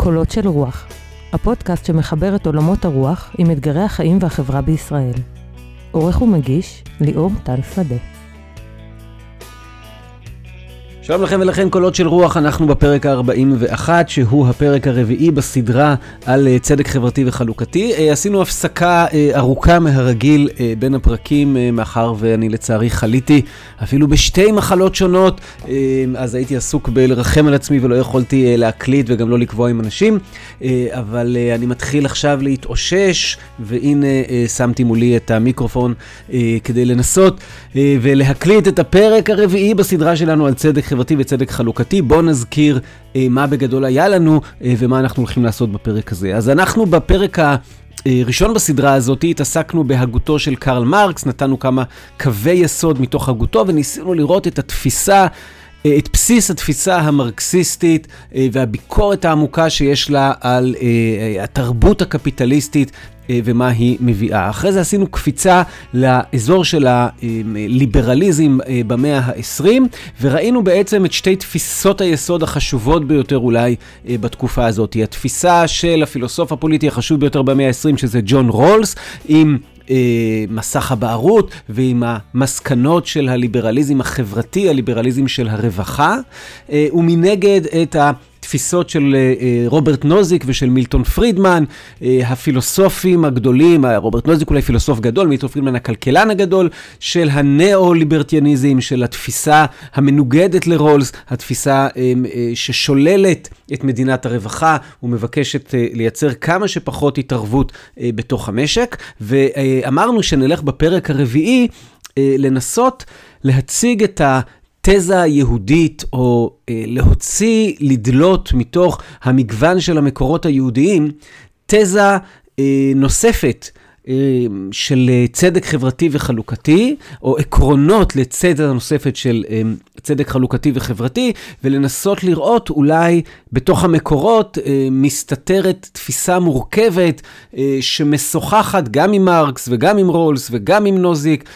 קולות של רוח, הפודקאסט שמחבר את עולמות הרוח עם אתגרי החיים והחברה בישראל. עורך ומגיש, ליאור טל שדה. שלום לכם ולכן, קולות של רוח. אנחנו בפרק ה-41, שהוא הפרק הרביעי בסדרה על צדק חברתי וחלוקתי. עשינו הפסקה ארוכה מהרגיל בין הפרקים, מאחר ואני לצערי חליתי אפילו בשתי מחלות שונות, אז הייתי עסוק בלרחם על עצמי ולא יכולתי להקליט וגם לא לקבוע עם אנשים, אבל אני מתחיל עכשיו להתאושש, והנה שמתי מולי את המיקרופון כדי לנסות ולהקליט את הפרק הרביעי בסדרה שלנו על צדק חברתי וצדק חלוקתי. בואו נזכיר מה בגדול היה לנו ומה אנחנו הולכים לעשות בפרק הזה. אז אנחנו בפרק הראשון בסדרה הזאת התעסקנו בהגותו של קרל מרקס, נתנו כמה קווי יסוד מתוך הגותו וניסינו לראות את התפיסה, את בסיס התפיסה המרקסיסטית והביקורת העמוקה שיש לה על התרבות הקפיטליסטית ומה היא מביאה. אחרי זה עשינו קפיצה לאזור של הליברליזם במאה ה-20, וראינו בעצם את שתי תפיסות היסוד החשובות ביותר אולי בתקופה הזאת. התפיסה של הפילוסוף הפוליטי החשוב ביותר במאה ה-20, שזה ג'ון רולס, עם מסך הבערות ועם המסקנות של הליברליזם החברתי, הליברליזם של הרווחה, ומנגד את התפיסות של רוברט נוזיק ושל מילטון פרידמן, הפילוסופים הגדולים, רוברט נוזיק אולי פילוסוף גדול, מילטון פרידמן הכלכלן הגדול, של הנאו-ליברטיאניזם, של התפיסה המנוגדת לרולס, התפיסה ששוללת את מדינת הרווחה ומבקשת לייצר כמה שפחות התערבות בתוך המשק. ואמרנו שנלך בפרק הרביעי לנסות להציג את התזה היהודית, או להוציא, לדלות מתוך המגוון של המקורות היהודיים, תזה נוספת של צדק חברתי וחלוקתי, או עקרונות לצדה נוספת של צדק חלוקתי וחברתי, ולנסות לראות אולי בתוך המקורות מסתתרת תפיסה מורכבת שמשוחחת גם עם מרקס וגם עם רולס וגם עם נוזיק,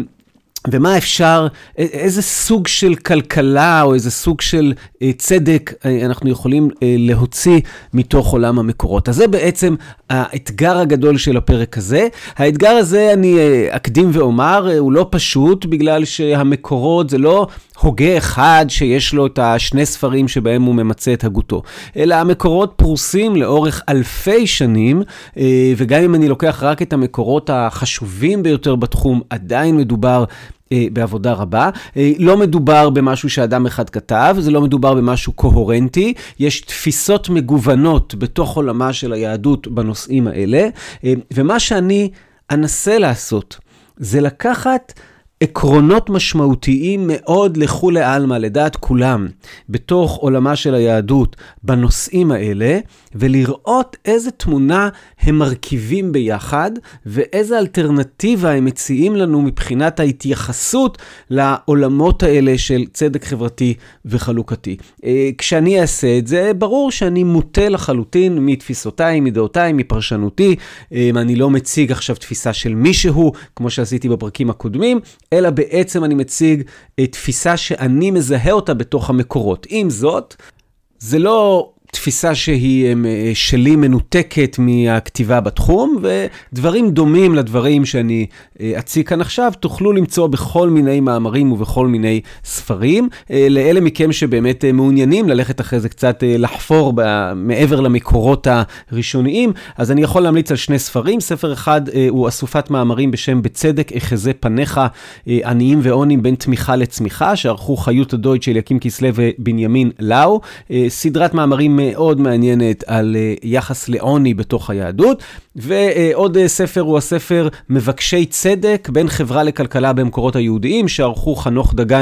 ומה אפשר, איזה סוג של כלכלה או איזה סוג של צדק אנחנו יכולים להוציא מתוך עולם המקורות. אז זה בעצם האתגר הגדול של הפרק הזה. האתגר הזה, אני אקדים ואומר, הוא לא פשוט, בגלל שהמקורות זה לא הוגה אחד שיש לו את השני ספרים שבהם הוא ממצא את הגותו, אלא המקורות פרוסים לאורך אלפי שנים, וגם אם אני לוקח רק את המקורות החשובים ביותר בתחום, עדיין מדובר בעבודה רבה. לא מדובר במשהו שאדם אחד כתב, זה לא מדובר במשהו קוהרנטי, יש תפיסות מגוונות בתוך עולמה של היהדות בנושאים האלה, ומה שאני אנסה לעשות זה לקחת עקרונות משמעותיים מאוד לכולי עלמא, לדעת כולם, בתוך עולמה של היהדות בנושאים האלה, ולראות איזה תמונה הם מרכיבים ביחד, ואיזה אלטרנטיבה הם מציעים לנו מבחינת ההתייחסות לעולמות האלה של צדק חברתי וחלוקתי. כשאני אעשה את זה, ברור שאני מוטה לחלוטין מתפיסותיי, מדעותיי, מפרשנותי. אני לא מציג עכשיו תפיסה של מישהו, כמו שעשיתי בפרקים הקודמים, אלא בעצם אני מציג תפיסה שאני מזהה אותה בתוך המקורות. עם זאת, זה לא תפיסה שהיא שלי מנותקת מהכתיבה בתחום, ודברים דומים לדברים שאני אציג כאן עכשיו, תוכלו למצוא בכל מיני מאמרים ובכל מיני ספרים. לאלה מכם שבאמת מעוניינים ללכת אחרי זה קצת לחפור מעבר למקורות הראשוניים, אז אני יכול להמליץ על שני ספרים. ספר אחד הוא אסופת מאמרים בשם בצדק אחזה פניך, עניים ועונים בין תמיכה לצמיחה, שערכו חיות הדויטש של אליקים קיסלב ובנימין לאו. סדרת מאמרים מאוד מעניינת על יחס לעוני בתוך היהדות. ועוד ספר הוא הספר מבקשי צדק בין חברה לכלכלה במקורות היהודיים, שערכו חנוך דגן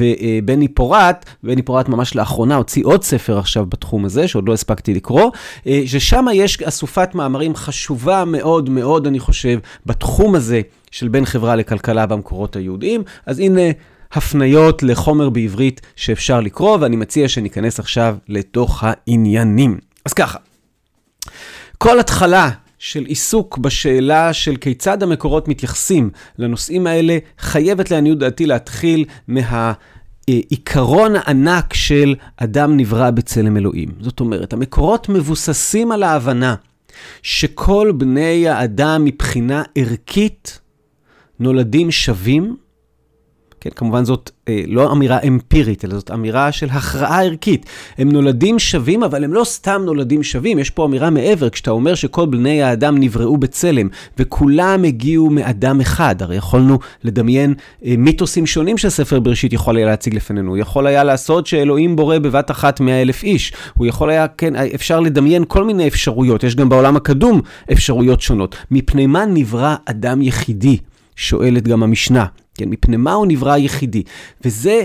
ובני פורת. בני פורת ממש לאחרונה הוציא עוד ספר עכשיו בתחום הזה, שעוד לא הספקתי לקרוא, ששם יש אסופת מאמרים חשובה מאוד מאוד, אני חושב, בתחום הזה של בין חברה לכלכלה במקורות היהודיים. אז הנה הפניות לחומר בעברית שאפשר לקרוא, ואני מציע שניכנס עכשיו לתוך העניינים. אז ככה, כל התחלה של עיסוק בשאלה של כיצד המקורות מתייחסים לנושאים האלה, חייבת לעניות דעתי להתחיל עיקרון הענק של אדם נברא בצלם אלוהים. זאת אומרת, המקורות מבוססים על ההבנה שכל בני האדם מבחינה ערכית נולדים שווים. כן, כמובן זאת לא אמירה אמפירית, אלא זאת אמירה של הכרעה ערכית. הם נולדים שווים, אבל הם לא סתם נולדים שווים. יש פה אמירה מעבר, כשאתה אומר שכל בני האדם נבראו בצלם, וכולם הגיעו מאדם אחד. הרי יכולנו לדמיין מיתוסים שונים שספר בראשית יכול היה להציג לפנינו. הוא יכול היה לעשות שאלוהים בורא בבת אחת 100,000 איש. הוא יכול היה, כן, אפשר לדמיין כל מיני אפשרויות. יש גם בעולם הקדום אפשרויות שונות. מפני מה נברא אדם יחידי? שואלת גם המשנה. כן, מפני מה הוא נברא יחידי. וזה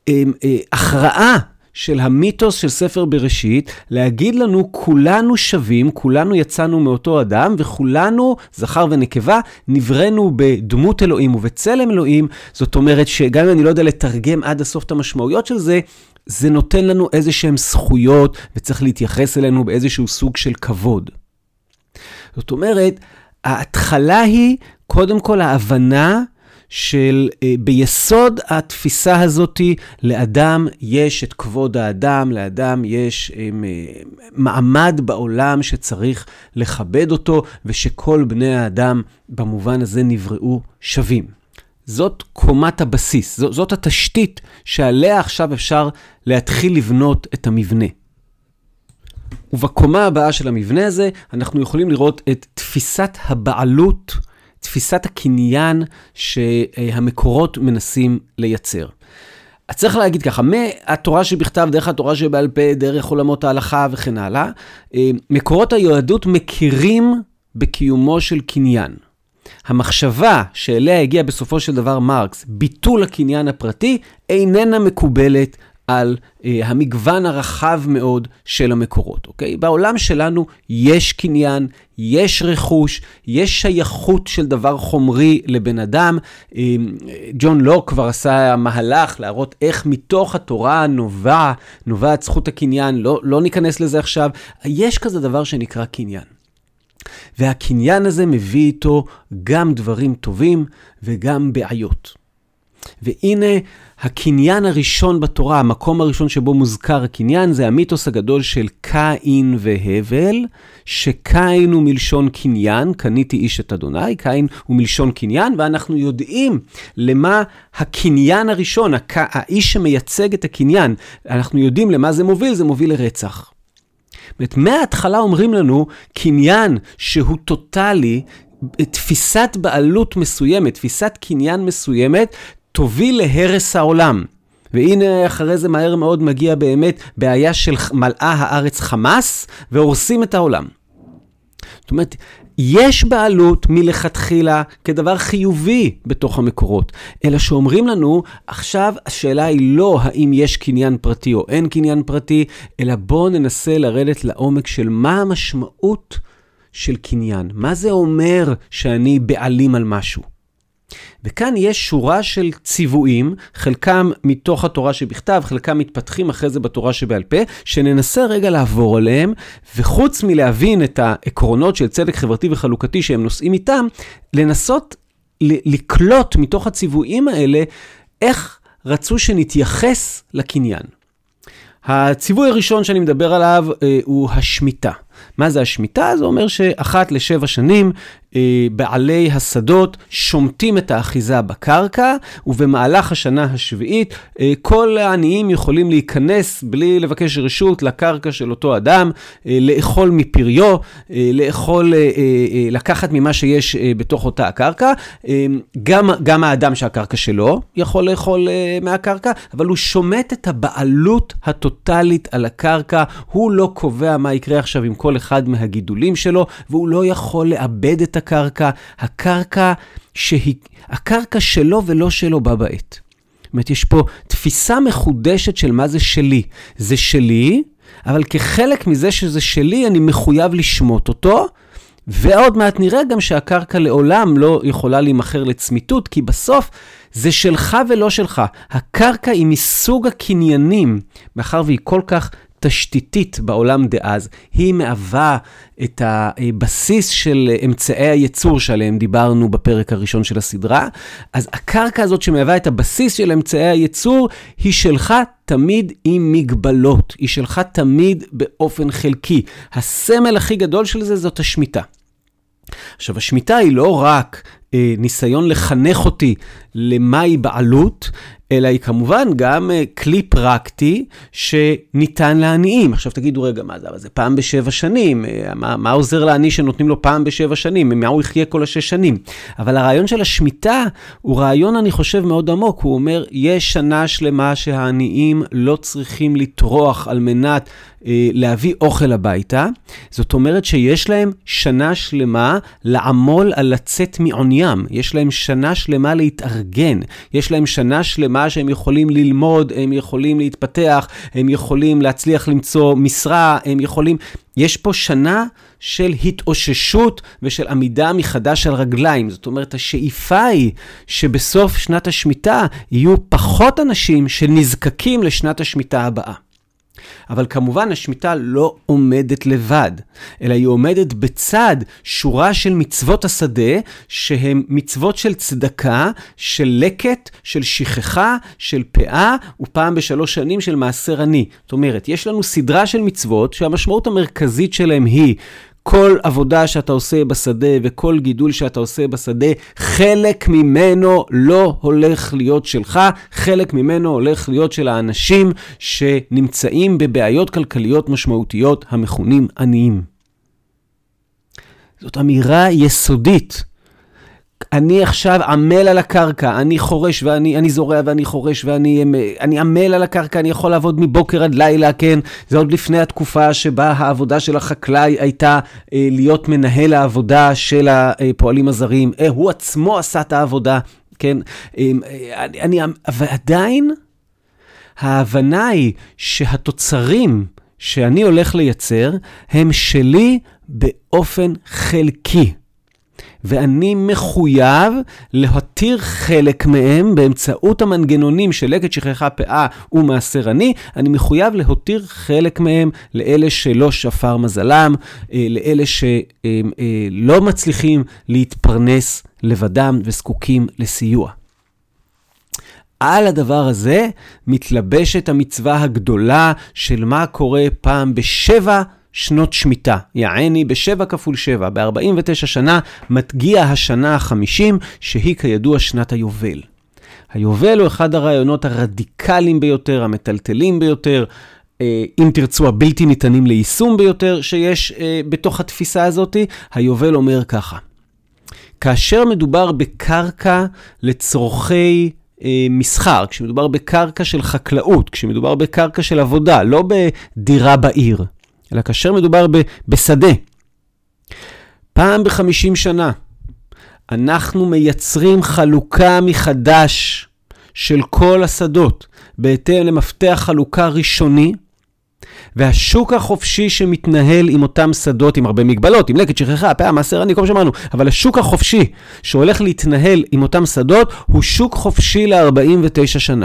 הכרעה של המיתוס של ספר בראשית, להגיד לנו כולנו שווים, כולנו יצאנו מאותו אדם, וכולנו, זכר ונקבה, נבראנו בדמות אלוהים ובצלם אלוהים. זאת אומרת שגם אם אני לא יודע לתרגם עד הסוף את המשמעויות של זה, זה נותן לנו איזשהם זכויות, וצריך להתייחס אלינו באיזשהו סוג של כבוד. זאת אומרת, ההתחלה היא קודם כל ההבנה של ביסוד התפיסה הזאת, לאדם יש את כבוד האדם, לאדם יש מעמד בעולם שצריך לכבד אותו, ושכל בני האדם במובן הזה נבראו שווים. זאת קומת הבסיס, זאת התשתית שעליה עכשיו אפשר להתחיל לבנות את המבנה. ובקומה הבאה של המבנה הזה אנחנו יכולים לראות את תפיסת הבעלות, תפיסת הקניין שהמקורות מנסים לייצר. אז צריך להגיד ככה, מהתורה שבכתב, דרך התורה שבעל פה, דרך עולמות ההלכה וכן הלאה, מקורות היהדות מכירים בקיומו של קניין. המחשבה שאליה הגיע בסופו של דבר מרקס, ביטול הקניין הפרטי, איננה מקובלת על המגוון הרחב מאוד של המקורות, אוקיי? בעולם שלנו יש קניין, יש רכוש, יש שייכות של דבר חומרי לבן אדם. ג'ון לוק כבר עשה מהלך להראות איך מתוך התורה נובעת זכות הקניין, לא ניכנס לזה עכשיו. יש כזה דבר שנקרא קניין. והקניין הזה מביא איתו גם דברים טובים וגם בעיות. והנה הקניין הראשון בתורה, המקום הראשון שבו מוזכר הקניין, זה המיתוס הגדול של קין והבל, שקין הוא מלשון קניין, קניתי איש את אדוני, קין הוא מלשון קניין, ואנחנו יודעים למה הקניין הראשון, האיש שמייצג את הקניין, אנחנו יודעים למה זה מוביל לרצח. מההתחלה אומרים לנו, קניין שהוא טוטלי, תפיסת בעלות מסוימת, תפיסת קניין מסוימת, תוביל להרס העולם. והנה אחרי זה מהר מאוד מגיע באמת בעיה של מלאה הארץ חמאס, והורסים את העולם. זאת אומרת, יש בעלות מלכתחילה כדבר חיובי בתוך המקורות, אלא שאומרים לנו, עכשיו השאלה היא לא האם יש קניין פרטי או אין קניין פרטי, אלא בואו ננסה לרדת לעומק של מה המשמעות של קניין. מה זה אומר שאני בעלים על משהו? וכאן יש שורה של ציוויים, חלקם מתוך התורה שבכתב, חלקם מתפתחים אחרי זה בתורה שבעל פה, שננסה רגע לעבור עליהם, וחוץ מלהבין את העקרונות של צדק חברתי וחלוקתי שהם נושאים איתם, לנסות לקלוט מתוך הציוויים האלה, איך רצו שנתייחס לקניין. הציווי הראשון שאני מדבר עליו הוא השמיטה. מה זה השמיטה? זה אומר שאחת ל7 שנים בעלי השדות שומטים את האחיזה בקרקע, ובמהלך השנה השביעית כל העניים יכולים להיכנס בלי לבקש רשות לקרקע של אותו אדם, לאכול מפריו, לקחת ממה שיש בתוך אותה הקרקע. גם האדם שהקרקע שלו יכול לאכול מהקרקע, אבל הוא שומט את הבעלות הטוטלית על הקרקע, הוא לא קובע מה יקרה עכשיו עם כל אחד מהגידולים שלו, והוא לא יכול לאבד את הקרקע. הקרקע שלו ולא שלו בה בעת. זאת אומרת, יש פה תפיסה מחודשת של מה זה שלי. זה שלי, אבל כחלק מזה שזה שלי, אני מחויב לשמוט אותו, ועוד מעט נראה גם שהקרקע לעולם לא יכולה להימחר לצמיתות, כי בסוף זה שלך ולא שלך. הקרקע היא מסוג הקניינים, מאחר והיא כל כך תשתיתית בעולם דאז, היא מהווה את הבסיס של אמצעי הייצור שעליהם דיברנו בפרק הראשון של הסדרה. אז הקרקע הזאת שמהווה את הבסיס של אמצעי הייצור, היא שלך תמיד עם מגבלות, היא שלך תמיד באופן חלקי. הסמל הכי גדול של זה זאת השמיטה. עכשיו, השמיטה היא לא רק ניסיון לחנך אותי למהי בעלות, אלא היא כמובן גם כלי פרקטי שניתן לעניים. עכשיו תגידו רגע, מה זה פעם ב7 שנים? מה עוזר לעני שנותנים לו פעם ב7 שנים? מה הוא יחיה כל 6 שנים? אבל הרעיון של השמיטה הוא רעיון, אני חושב, מאוד עמוק. הוא אומר, יש שנה שלמה שהעניים לא צריכים לטרוח על מנת להביא אוכל הביתה. זאת אומרת שיש להם שנה שלמה לעמול על לצאת מעוניים. יש להם שנה שלמה להתארגן. יש להם שנה שלמה שהם יכולים ללמוד, הם יכולים להתפתח, הם יכולים להצליח למצוא משרה, הם יכולים... יש פה שנה של התאוששות ושל עמידה מחדש על רגליים. זאת אומרת, השאיפה היא שבסוף שנת השמיטה יהיו פחות אנשים שנזקקים לשנת השמיטה הבאה. אבל כמובן השמיטה לא עומדת לבד, אלא היא עומדת בצד שורה של מצוות השדה, שהן מצוות של צדקה, של לקט, של שכחה, של פאה, ופעם ב3 שנים של מעשר עני. זאת אומרת, יש לנו סדרה של מצוות שהמשמעות המרכזית שלהם היא כל עבודה שאתה עושה בשדה וכל גידול שאתה עושה בשדה, חלק ממנו לא הולך להיות שלך, חלק ממנו הולך להיות של האנשים שנמצאים בבעיות כלכליות משמעותיות המכונים עניים. זאת אמירה יסודית. אני עכשיו עמל על הקרקע, אני חורש ואני זורע ואני חורש ואני עמל על הקרקע, אני יכול לעבוד מבוקר עד לילה, כן? זה עוד לפני התקופה שבה העבודה של החקלאי הייתה להיות מנהל העבודה של הפועלים הזרים. הוא עצמו עשה את העבודה, כן? ועדיין ההבנה היא שהתוצרים שאני הולך לייצר הם שלי באופן חלקי. ואני מחויב להתיר חלק מהם באמצעות המנגנונים של לקט, שכחה, פאה ומעשר עני. אני מחויב להתיר חלק מהם לאלה שלא שפר מזלם, לאלה שלא מצליחים להתפרנס לבדם וזקוקים לסיוע. על הדבר הזה מתלבשת המצווה הגדולה של מה קורה פעם ב7 שנות שמיטה. יעני ב7 כפול 7, ב49 שנה, מתגיע השנה ה50, שהיא כידוע שנת היובל. היובל הוא אחד הרעיונות הרדיקליים ביותר, המטלטלים ביותר, אם תרצו הבלתי ניתנים ליישום ביותר שיש בתוך התפיסה הזאת. היובל אומר ככה: כאשר מדובר בקרקע לצורכי מסחר, כשמדובר בקרקע של חקלאות, כשמדובר בקרקע של עבודה, לא בדירה בעיר, אלא כאשר מדובר בשדה, פעם ב50 שנה, אנחנו מייצרים חלוקה מחדש של כל השדות, בהתאם למפתח חלוקה ראשוני, והשוק החופשי שמתנהל עם אותם שדות, עם הרבה מגבלות, עם לקט, שכחה, פאה, מעשר עני, כמו שאמרנו, אבל השוק החופשי שהולך להתנהל עם אותם שדות, הוא שוק חופשי ל49 שנה.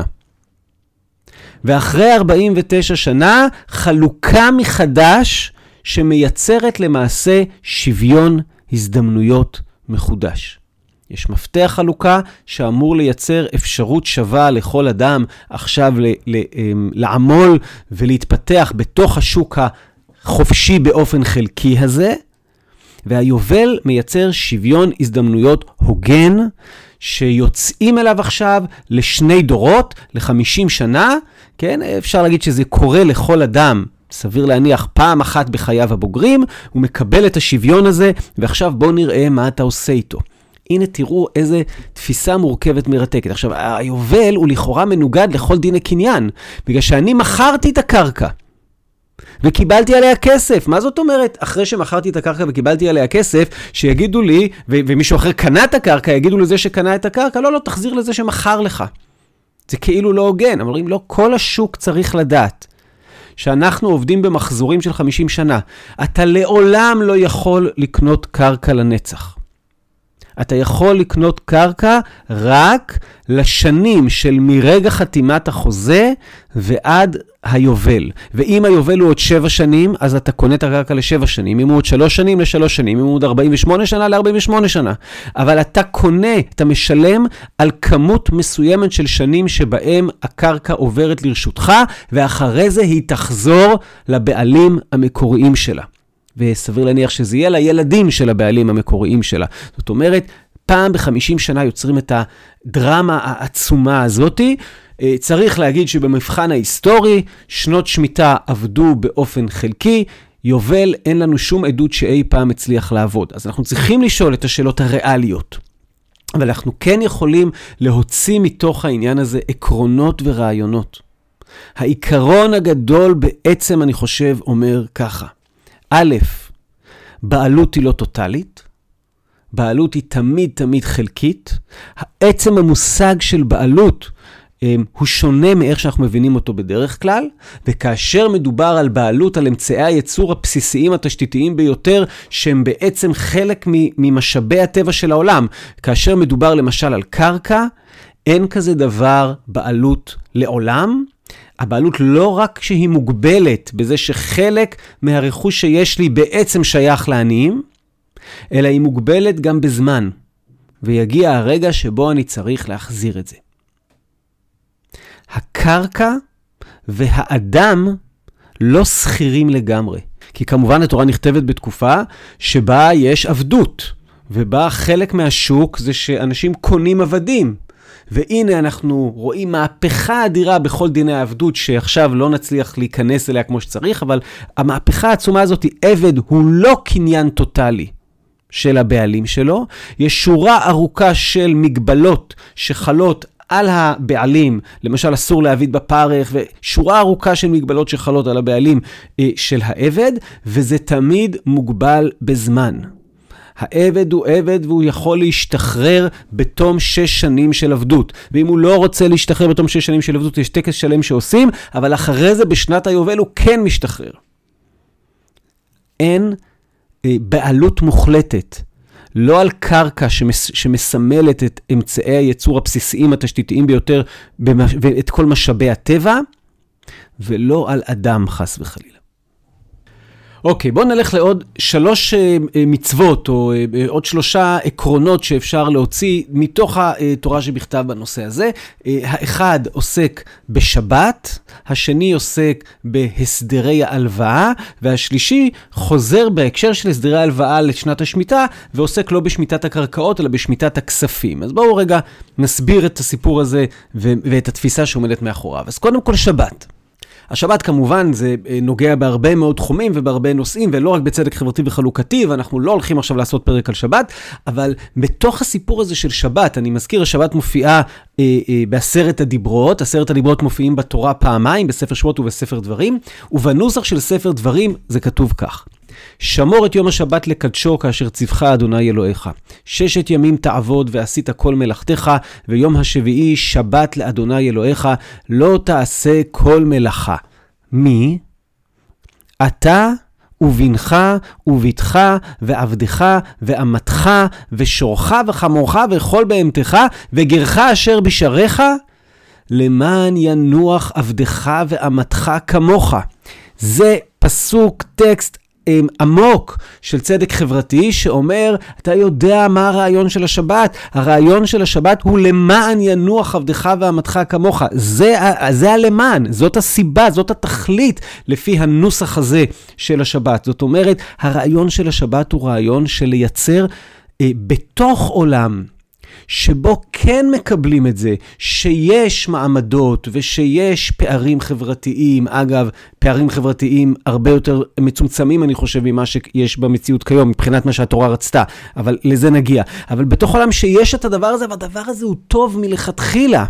ואחרי 49 שנה, חלוקה מחדש שמייצרת למעשה שוויון הזדמנויות מחודש. יש מפתח חלוקה שאמור לייצר אפשרות שווה לכל אדם עכשיו לעמול ולהתפתח בתוך השוק החופשי באופן חלקי הזה, והיובל מייצר שוויון הזדמנויות הוגן, שיוצאים אליו עכשיו לשני דורות, ל50 שנה, כן? אפשר להגיד שזה קורה לכל אדם, סביר להניח פעם אחת בחייו הבוגרים, הוא מקבל את השוויון הזה, ועכשיו בואו נראה מה אתה עושה איתו. הנה תראו איזה תפיסה מורכבת מרתקת. עכשיו, היובל הוא לכאורה מנוגד לכל דיני קניין, בגלל שאני מכרתי את הקרקע, וקיבלתי עליה כסף. מה זאת אומרת? אחרי שמכרתי את הקרקע וקיבלתי עליה כסף, שיגידו לי, ומישהו אחר קנה את הקרקע, יגידו לזה שקנה את הקרקע, לא, תחזיר לזה שמכר לך. זה כאילו לא הוגן. אומרים, לא, כל השוק צריך לדעת שאנחנו עובדים במחזורים של 50 שנה. אתה לעולם לא יכול לקנות קרקע לנצח. אתה יכול לקנות קרקע רק לשנים של מרגע חתימת החוזה ועד היובל. ואם היובל הוא עוד 7 שנים, אז אתה קונה את הקרקע ל7 שנים. אם הוא עוד 3 שנים, ל3 שנים. אם הוא עוד 48 שנה, ל48 שנה. אבל אתה קונה, אתה משלם על כמות מסוימת של שנים שבהם הקרקע עוברת לרשותך, ואחרי זה היא תחזור לבעלים המקוריים שלה. וסביר להניח שזה יהיה לילדים של הבעלים המקוריים שלה. זאת אומרת, פעם ב50 שנה יוצרים את הדרמה העצומה הזאת. צריך להגיד שבמבחן ההיסטורי, שנות שמיטה עבדו באופן חלקי, יובל אין לנו שום עדות שאי פעם הצליח לעבוד. אז אנחנו צריכים לשאול את השאלות הריאליות. אבל אנחנו כן יכולים להוציא מתוך העניין הזה עקרונות ורעיונות. העיקרון הגדול בעצם אני חושב אומר ככה. א', בעלות היא לא טוטלית. בעלות היא תמיד חלקית. עצם המושג של בעלות הוא שונה מאיך שאנחנו מבינים אותו בדרך כלל, וכאשר מדובר על בעלות על אמצעי הייצור הבסיסיים התשתיתיים ביותר, שהם בעצם חלק ממשאבי הטבע של העולם, כאשר מדובר למשל על קרקע, אין כזה דבר בעלות לעולם. הבעלות לא רק שהיא מוגבלת בזה שחלק מהרכוש שיש לי בעצם שייך לעניים, אלא היא מוגבלת גם בזמן, ויגיע הרגע שבו אני צריך להחזיר את זה. הקרקע והאדם לא סחירים לגמרי, כי כמובן התורה נכתבת בתקופה שבה יש עבדות, ובה חלק מהשוק זה שאנשים קונים עבדים, והנה אנחנו רואים מהפכה אדירה בכל דיני העבדות, שעכשיו לא נצליח להיכנס אליה כמו שצריך, אבל המהפכה העצומה הזאת, עבד הוא לא קניין טוטלי של הבעלים שלו, יש שורה ארוכה של מגבלות שחלות על הבעלים, למשל אסור להעביד בפרך, ושורה ארוכה של מגבלות שחלות על הבעלים של העבד, וזה תמיד מוגבל בזמן. העבד הוא עבד והוא יכול להשתחרר בתום 6 שנים של עבדות. ואם הוא לא רוצה להשתחרר בתום 6 שנים של עבדות, יש טקס שלם שעושים, אבל אחרי זה בשנת היובל הוא כן משתחרר. אין בעלות מוחלטת. לא על קרקע שמסמלת את אמצעי הייצור הבסיסיים התשתיתיים ביותר ואת כל משאבי הטבע, ולא על אדם חס וחלילה. אוקיי, בואו נלך לעוד 3 מצוות, או עוד 3 עקרונות שאפשר להוציא מתוך התורה שבכתב בנושא הזה. האחד עוסק בשבת, השני עוסק בהסדרי ההלוואה, והשלישי חוזר בהקשר של הסדרי ההלוואה לשנת השמיטה, ועוסק לא בשמיטת הקרקעות, אלא בשמיטת הכספים. אז בואו רגע נסביר את הסיפור הזה ואת התפיסה שעומדת מאחוריו. אז קודם כל שבת. השבת כמובן זה נוגע בהרבה מאוד תחומים ובהרבה נושאים, ולא רק בצדק חברתי וחלוקתי, ואנחנו לא הולכים עכשיו לעשות פרק על שבת, אבל בתוך הסיפור הזה של שבת, אני מזכיר, השבת מופיעה בעשרת הדיברות, 10 הדיברות מופיעים בתורה פעמיים, בספר שמות ובספר דברים, ובנוסח של ספר דברים זה כתוב כך: שמור את יום השבת לקדשו כאשר ציווך אדוני אלוהיך. 6 ימים תעבוד ועשית כל מלאכתך, ויום השביעי שבת לאדוני אלוהיך, לא תעשה כל מלאכה. מי? אתה ובנך וביתך ועבדך ואמתך ושורך וחמורך וכל בהמתך וגרך אשר בשעריך, למען ינוח עבדך ואמתך כמוך. זה פסוק טקסט עמוק של צדק חברתי שאומר, אתה יודע מה הרעיון של השבת? הרעיון של השבת הוא למען ינוח עבדך ואמתך כמוך. זה הלמען, זאת הסיבה, זאת התכלית לפי הנוסח הזה של השבת. זאת אומרת, הרעיון של השבת הוא רעיון של לייצר בתוך עולם שבו כן מקבלים את זה, שיש מעמדות ושיש פערים חברתיים. אגב, פערים חברתיים הרבה יותר מצומצמים, אני חושב, ממה שיש במציאות כיום, מבחינת מה שהתורה רצתה, אבל לזה נגיע. אבל בתוך עולם שיש את הדבר הזה, והדבר הזה הוא טוב מלכתחילה.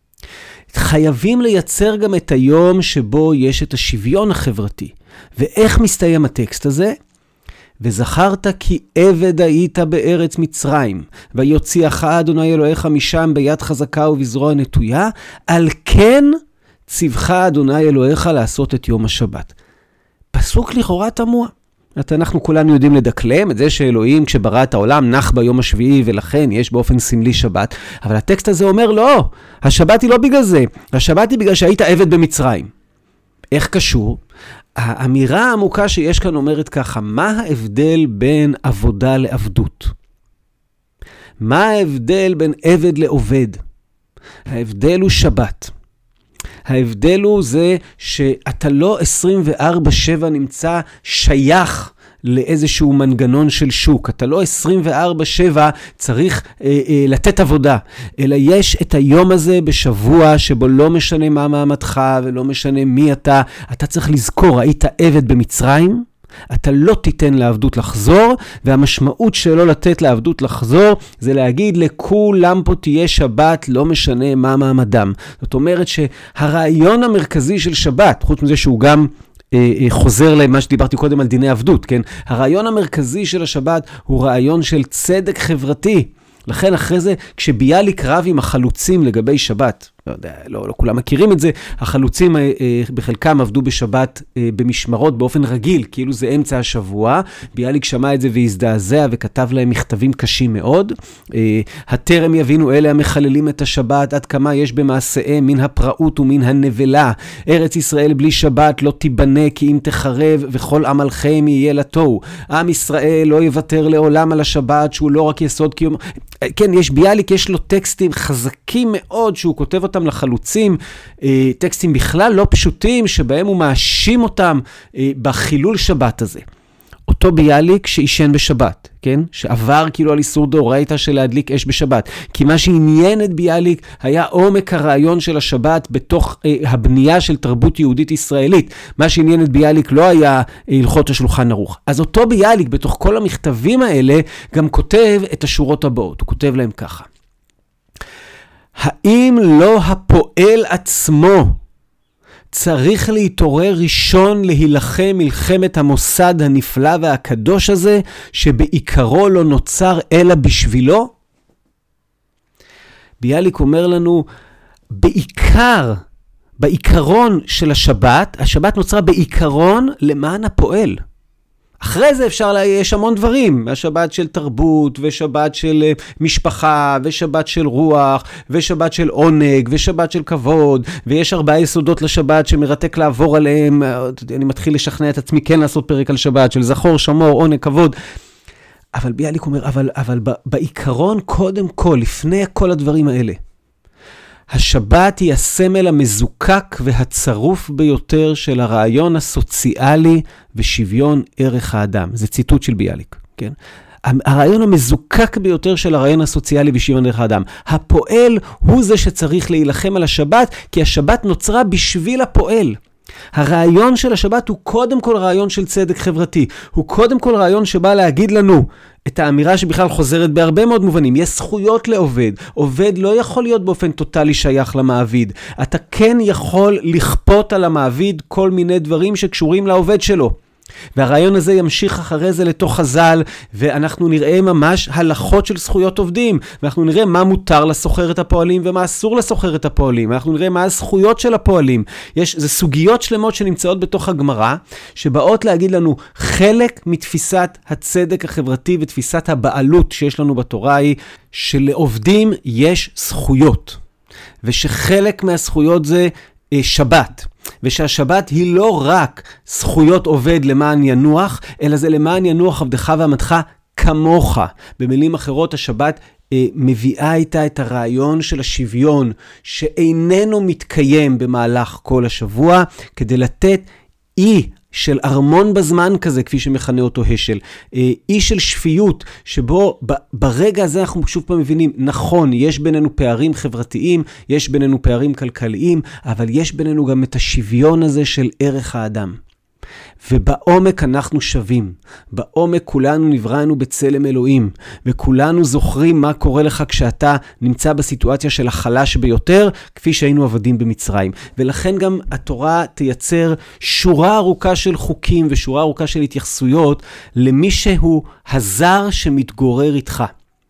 חייבים לייצר גם את היום שבו יש את השוויון החברתי. ואיך מסתיים הטקסט הזה? וזכרת כי עבד היית בארץ מצרים, ויוציאך אדוני אלוהיך משם ביד חזקה ובזרוע נטויה, על כן ציווך אדוני אלוהיך לעשות את יום השבת. פסוק לכאורה תמוה. אנחנו כולנו יודעים לדקלם את זה שאלוהים כשברא את העולם נח ביום השביעי, ולכן יש באופן סמלי שבת, אבל הטקסט הזה אומר לא, השבת היא לא בגלל זה, השבת היא בגלל שהיית עבד במצרים. איך קשור? האמירה העמוקה שיש כאן אומרת ככה, מה ההבדל בין עבודה לעבדות? מה ההבדל בין עבד לעובד? ההבדל הוא שבת. ההבדל הוא זה שאתה לא 24/7 נמצא שייך לאיזשהו מנגנון של שוק. אתה לא 24/7 צריך לתת עבודה, אלא יש את היום הזה בשבוע שבו לא משנה מה מעמדך ולא משנה מי אתה. אתה צריך לזכור, היית עבד במצרים, אתה לא תיתן לעבדות לחזור, והמשמעות שלא לתת לעבדות לחזור זה להגיד לכולם פה תהיה שבת, לא משנה מה מעמדם. זאת אומרת שהרעיון המרכזי של שבת, חוץ מזה שהוא גם חוזר למה שדיברתי קודם על דיני עבדות, כן? הרעיון המרכזי של השבת הוא רעיון של צדק חברתי. לכן אחרי זה, כשביאליק רב עם החלוצים לגבי שבת, לא יודע, לא כולם מכירים את זה, החלוצים בחלקם עבדו בשבת במשמרות באופן רגיל, כאילו זה אמצע השבוע, ביאליק שמע את זה והזדעזע וכתב להם מכתבים קשים מאוד, הטרם יבינו אלה המחללים את השבת, עד כמה יש במעשיהם מן הפראות ומן הנבלה, ארץ ישראל בלי שבת לא תיבנה כי אם תחרב וכל עמלכם יהיה לתוהו, עם ישראל לא יוותר לעולם על השבת שהוא לא רק יסוד קיום, כן, יש ביאליק, יש לו טקסטים חזקים מאוד שהוא כותב אותם לחלוצים, טקסטים בכלל לא פשוטים שבהם הוא מאשים אותם בחילול שבת הזה. אותו ביאליק שישן בשבת, כן? שעבר כאילו על איסור דאורייתא של להדליק אש בשבת. כי מה שעניין את ביאליק היה עומק הרעיון של השבת בתוך הבנייה של תרבות יהודית ישראלית. מה שעניין את ביאליק לא היה הלכות השולחן ערוך. אז אותו ביאליק בתוך כל המכתבים האלה גם כותב את השורות הבאות. הוא כותב להם ככה. האם לא הפועל עצמו צריך להתעורר ראשון להילחם מלחמת המוסד הנפלא והקדוש הזה, שבעיקרו לא נוצר אלא בשבילו? ביאליק אומר לנו, בעיקרון של השבת, השבת נוצרה בעיקרון למען הפועל. אחרי זה יש המון דברים, השבת של תרבות, ושבת של משפחה, ושבת של רוח, ושבת של עונג, ושבת של כבוד, ויש 4 יסודות לשבת שמרתק לעבור עליהם, אני מתחיל לשכנע את עצמי כן לעשות פרק על שבת, של זכור, שמור, עונג, כבוד. אבל ביאליק אומר, אבל בעיקרון קודם כל, לפני כל הדברים האלה, השבת היא הסמל המזוקק והצרוף ביותר של הרעיון הסוציאלי ושוויון ערך האדם. זה ציטוט של ביאליק, כן? הרעיון המזוקק ביותר של הרעיון הסוציאלי ושוויון ערך האדם. הפועל הוא זה שצריך להילחם על השבת, כי השבת נוצרה בשביל הפועל. הרעיון של השבת הוא קודם כל רעיון של צדק חברתי. הוא קודם כל רעיון שבא להגיד לנו את האמירה שבכלל חוזרת בהרבה מאוד מובנים. יש זכויות לעובד. עובד לא יכול להיות באופן טוטלי שייך למעביד. אתה כן יכול לכפות על המעביד כל מיני דברים שקשורים לעובד שלו. והרעיון הזה ימשיך אחרי זה לתוך חז"ל, ואנחנו נראה ממש הלכות של זכויות עובדים, ואנחנו נראה מה מותר לסוחר את הפועלים ומה אסור לסוחר את הפועלים, ואנחנו נראה מה הזכויות של הפועלים. זה סוגיות שלמות שנמצאות בתוך הגמרא, שבאות להגיד לנו חלק מתפיסת הצדק החברתי ותפיסת הבעלות שיש לנו בתורה היא, שלעובדים יש זכויות, ושחלק מהזכויות זה שבת. ושהשבת היא לא רק זכויות עובד למען ינוח, אלא זה למען ינוח עבדך ועמדך כמוך. במילים אחרות, השבת מביאה איתה את הרעיון של השוויון, שאיננו מתקיים במהלך כל השבוע, כדי לתת של ארמון בזמן כזה, כפי שמכנה אותו השל, אי של שפיות, שבו ברגע הזה אנחנו שוב פעם מבינים, נכון, יש בינינו פערים חברתיים, יש בינינו פערים כלכליים, אבל יש בינינו גם את השוויון הזה של ערך האדם. ובעומק אנחנו שווים, בעומק כולנו נבראנו בצלם אלוהים, וכולנו זוכרים מה קורה לך כשאתה נמצא בסיטואציה של החלש ביותר, כפי שהיינו עבדים במצרים. ולכן גם התורה תייצר שורה ארוכה של חוקים ושורה ארוכה של התייחסויות למי שהוא הזר שמתגורר איתך.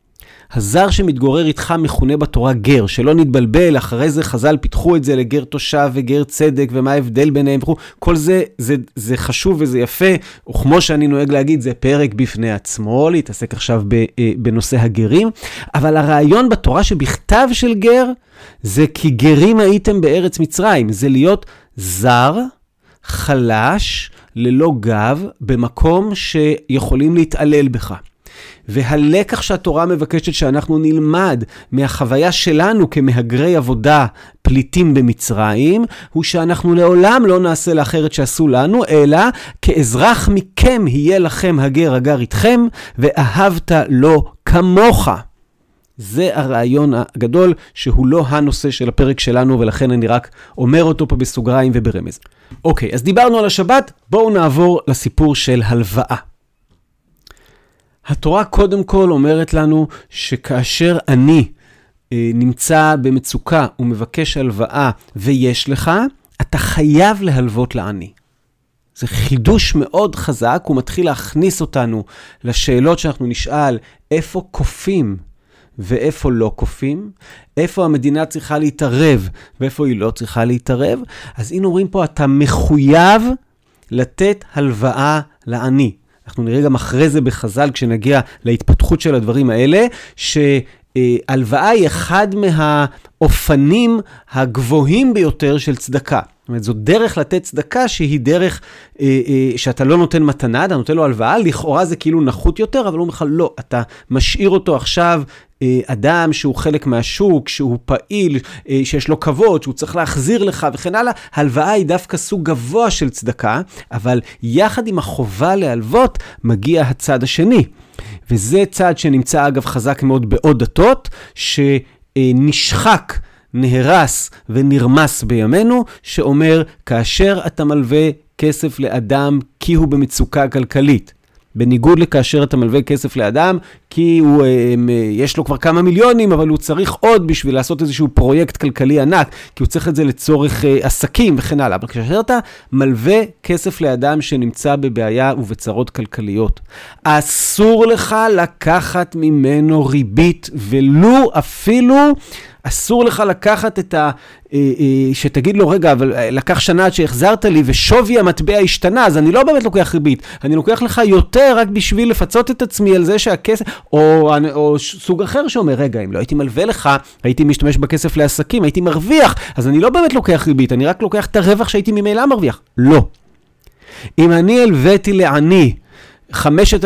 הזר שמתגורר איתך מכונה בתורה גר, שלא נתבלבל, אחרי זה חז"ל פיתחו את זה לגר תושב וגר צדק, ומה ההבדל ביניהם, כל זה, זה חשוב וזה יפה, וכמו שאני נוהג להגיד, זה פרק בפני עצמו, להתעסק עכשיו בנושא הגרים, אבל הרעיון בתורה שבכתב של גר, זה כי גרים הייתם בארץ מצרים, זה להיות זר, חלש, ללא גב, במקום שיכולים להתעלל בך. והלקח שהתורה מבקשת שאנחנו נלמד מהחוויה שלנו כמהגרי עבודה פליטים במצרים, הוא שאנחנו לעולם לא נעשה לאחרת שעשו לנו, אלא כאזרח מכם יהיה לכם הגר הגר איתכם, ואהבת לו כמוך. זה הרעיון הגדול שהוא לא הנושא של הפרק שלנו, ולכן אני רק אומר אותו פה בסוגריים וברמז. אוקיי, אז דיברנו על השבת, בואו נעבור לסיפור של הלוואה. התורה קודם כל אומרת לנו שכאשר אני נמצא במצוקה ומבקש הלוואה ויש לך, אתה חייב להלוות לעני. זה חידוש מאוד חזק, הוא מתחיל להכניס אותנו לשאלות שאנחנו נשאל, איפה קופים ואיפה לא קופים, איפה המדינה צריכה להתערב ואיפה היא לא צריכה להתערב. אז הנה רואים פה, אתה מחויב לתת הלוואה לעני. אנחנו נראה גם אחרי זה בחז"ל, כשנגיע להתפתחות של הדברים האלה, שהלוואה היא אחד מהאופנים הגבוהים ביותר של צדקה. זאת אומרת, זו דרך לתת צדקה שהיא דרך שאתה לא נותן מתנה, אתה נותן לו הלוואה, לכאורה זה כאילו נחות יותר, אבל הוא אומר לך, לא, אתה משאיר אותו עכשיו אדם שהוא חלק מהשוק, שהוא פעיל, שיש לו כבוד, שהוא צריך להחזיר לך וכן הלאה. הלוואה היא דווקא סוג גבוה של צדקה, אבל יחד עם החובה להלוות מגיע הצד השני. וזה צד שנמצא אגב חזק מאוד בעוד דתות, שנשחק, נהרס ונרמס בימינו, שאומר כאשר אתה מלווה כסף לאדם כי הוא במצוקה כלכלית. בניגוד לכאשר אתה מלווה כסף לאדם, כי יש לו כבר כמה מיליונים, אבל הוא צריך עוד בשביל לעשות איזשהו פרויקט כלכלי ענק, כי הוא צריך את זה לצורך עסקים וכן הלאה. אבל כאשר אתה מלווה כסף לאדם שנמצא בבעיה ובצרות כלכליות, אסור לך לקחת ממנו ריבית, ולו אפילו אסור לך לקחת את שתגיד לו, רגע, אבל לקח שנה עד שהחזרת לי, ושווי המטבע השתנה, אז אני לא באמת לוקח ריבית, אני לוקח לך יותר רק בשביל לפצות את עצמי על זה שהכסף, או סוג אחר שאומר, רגע, אם לא הייתי מלווה לך, הייתי משתמש בכסף לעסקים, הייתי מרוויח, אז אני לא באמת לוקח ריבית, אני רק לוקח את הרווח שהייתי ממילא מרוויח. לא. אם אני הלוויתי לעני $5,000,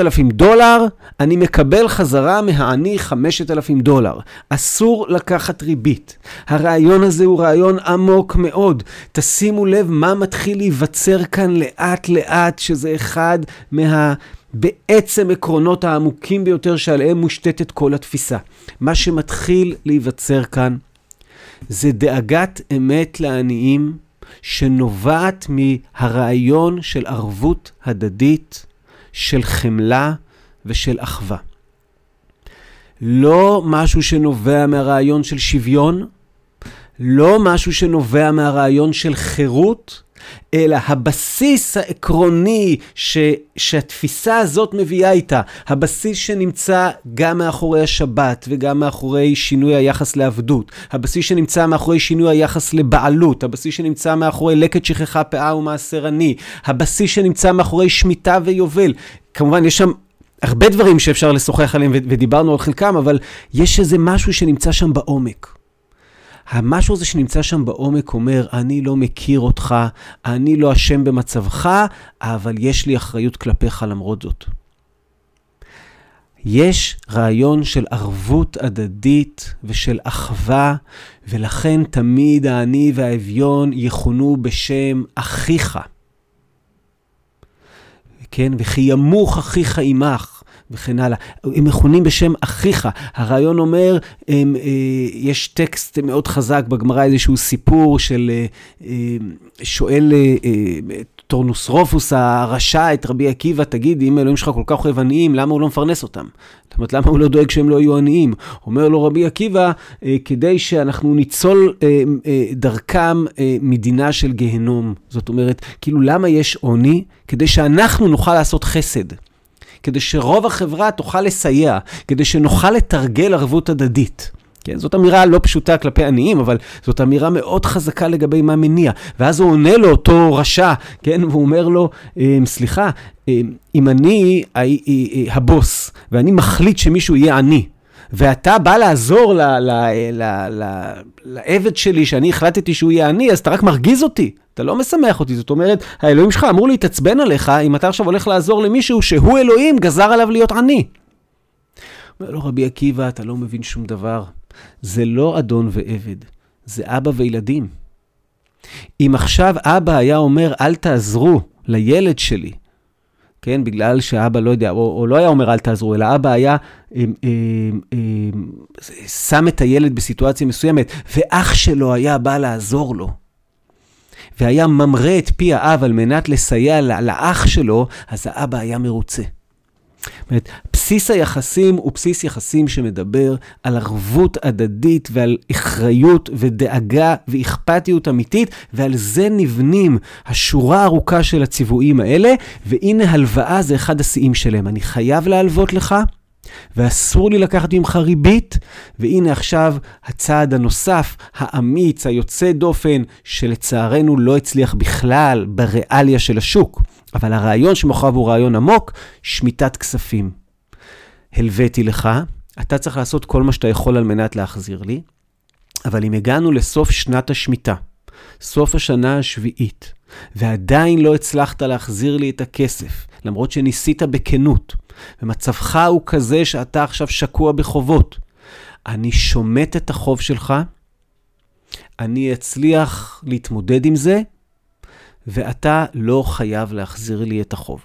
אני מקבל חזרה מהעני $5,000. אסור לקחת ריבית. הרעיון הזה הוא רעיון עמוק מאוד. תשימו לב מה מתחיל להיווצר כאן לאט לאט, שזה אחד בעצם עקרונות העמוקים ביותר שעליהם מושתתת כל התפיסה. מה שמתחיל להיווצר כאן זה דאגת אמת לעניים, שנובעת מהרעיון של ערבות הדדית, של חמלה ושל אחווה. לא משהו שנובע מהרעיון של שוויון, לא משהו שנובע מהרעיון של חירות, אלא הבסיס העקרוני שהתפיסה הזאת מביאה איתה, הבסיס שנמצא גם מאחורי השבת וגם מאחורי שינוי היחס לעבדות, הבסיס שנמצא מאחורי שינוי היחס לבעלות, הבסיס שנמצא מאחורי לקט שכחה פאה ומעשר עני, הבסיס שנמצא מאחורי שמיטה ויובל. כמובן יש שם הרבה דברים שאפשר לשוחח עליהם ודיברנו על חלקם, אבל יש איזה משהו שנמצא שם בעומק. המשהו הזה שנמצא שם בעומק אומר, אני לא מכיר אותך, אני לא אשם במצבך, אבל יש לי אחריות כלפיך למרות זאת. יש רעיון של ערבות הדדית ושל אחווה, ולכן תמיד העני והאביון יכונו בשם אחיך. כן? וכי ימוך אחיך עמך. וכן הלאה. הם מכונים בשם אחיך. הרעיון אומר, יש טקסט מאוד חזק בגמרא, איזשהו סיפור של שואל טורנוסרופוס הרשע את רבי עקיבא, תגיד, אם אלוהים שלך כל כך אוהב עניים, למה הוא לא מפרנס אותם? זאת אומרת, למה הוא לא דואג שהם לא יהיו עניים? אומר לו רבי עקיבא, כדי שאנחנו ניצול דרכם מדינה של גהנום. זאת אומרת, כאילו למה יש עוני? כדי שאנחנו נוכל לעשות חסד. כדי שרוב החברה תוכל לסייע, כדי שנוכל לתרגל ערבות הדדית. כן? זאת אמירה לא פשוטה כלפי עניים, אבל זאת אמירה מאוד חזקה לגבי מה מניע. ואז הוא עונה לו אותו רשע, כן? והוא אומר לו, סליחה, אם אני הבוס, ואני מחליט שמישהו יהיה עני, ואתה בא לעזור לעבד שלי, שאני החלטתי שהוא יהיה עני, אז אתה רק מרגיז אותי, אתה לא משמח אותי. זאת אומרת, האלוהים שלך אמור להתעצבן עליך, אם אתה עכשיו הולך לעזור למישהו שהוא אלוהים, גזר עליו להיות עני. אומר לו רבי עקיבא, אתה לא מבין שום דבר. זה לא אדון ועבד, זה אבא וילדים. אם עכשיו אבא היה אומר, אל תעזרו לילד שלי, כן, בגלל שאבא לא יודע, או לא היה אומר אל תעזרו, אלא אבא היה שם את הילד בסיטואציה מסוימת, ואח שלו היה בא לעזור לו, והיה ממרא את פי האב על מנת לסייע לאח שלו, אז האבא היה מרוצה. זאת, בסיס היחסים הוא בסיס יחסים שמדבר על ערבות הדדית ועל אחריות ודאגה ואכפתיות אמיתית, ועל זה נבנים השורה הארוכה של הציוויים האלה, והנה הלוואה זה אחד השיאים שלהם. אני חייב להלוות לך, ואסור לי לקחת ממך ריבית, והנה עכשיו הצעד הנוסף, האמיץ, היוצא דופן, שלצערנו לא הצליח בכלל בריאליה של השוק. אבל הרעיון שמאחוריו הוא רעיון עמוק, שמיטת כספים. הלוויתי לך, אתה צריך לעשות כל מה שאתה יכול על מנת להחזיר לי, אבל אם הגענו לסוף שנת השמיטה, סוף השנה השביעית, ועדיין לא הצלחת להחזיר לי את הכסף, למרות שניסית בכנות, ומצבך הוא כזה שאתה עכשיו שקוע בחובות, אני שומט את החוב שלך, אני אצליח להתמודד עם זה, ואתה לא חייב להחזיר לי את החוב.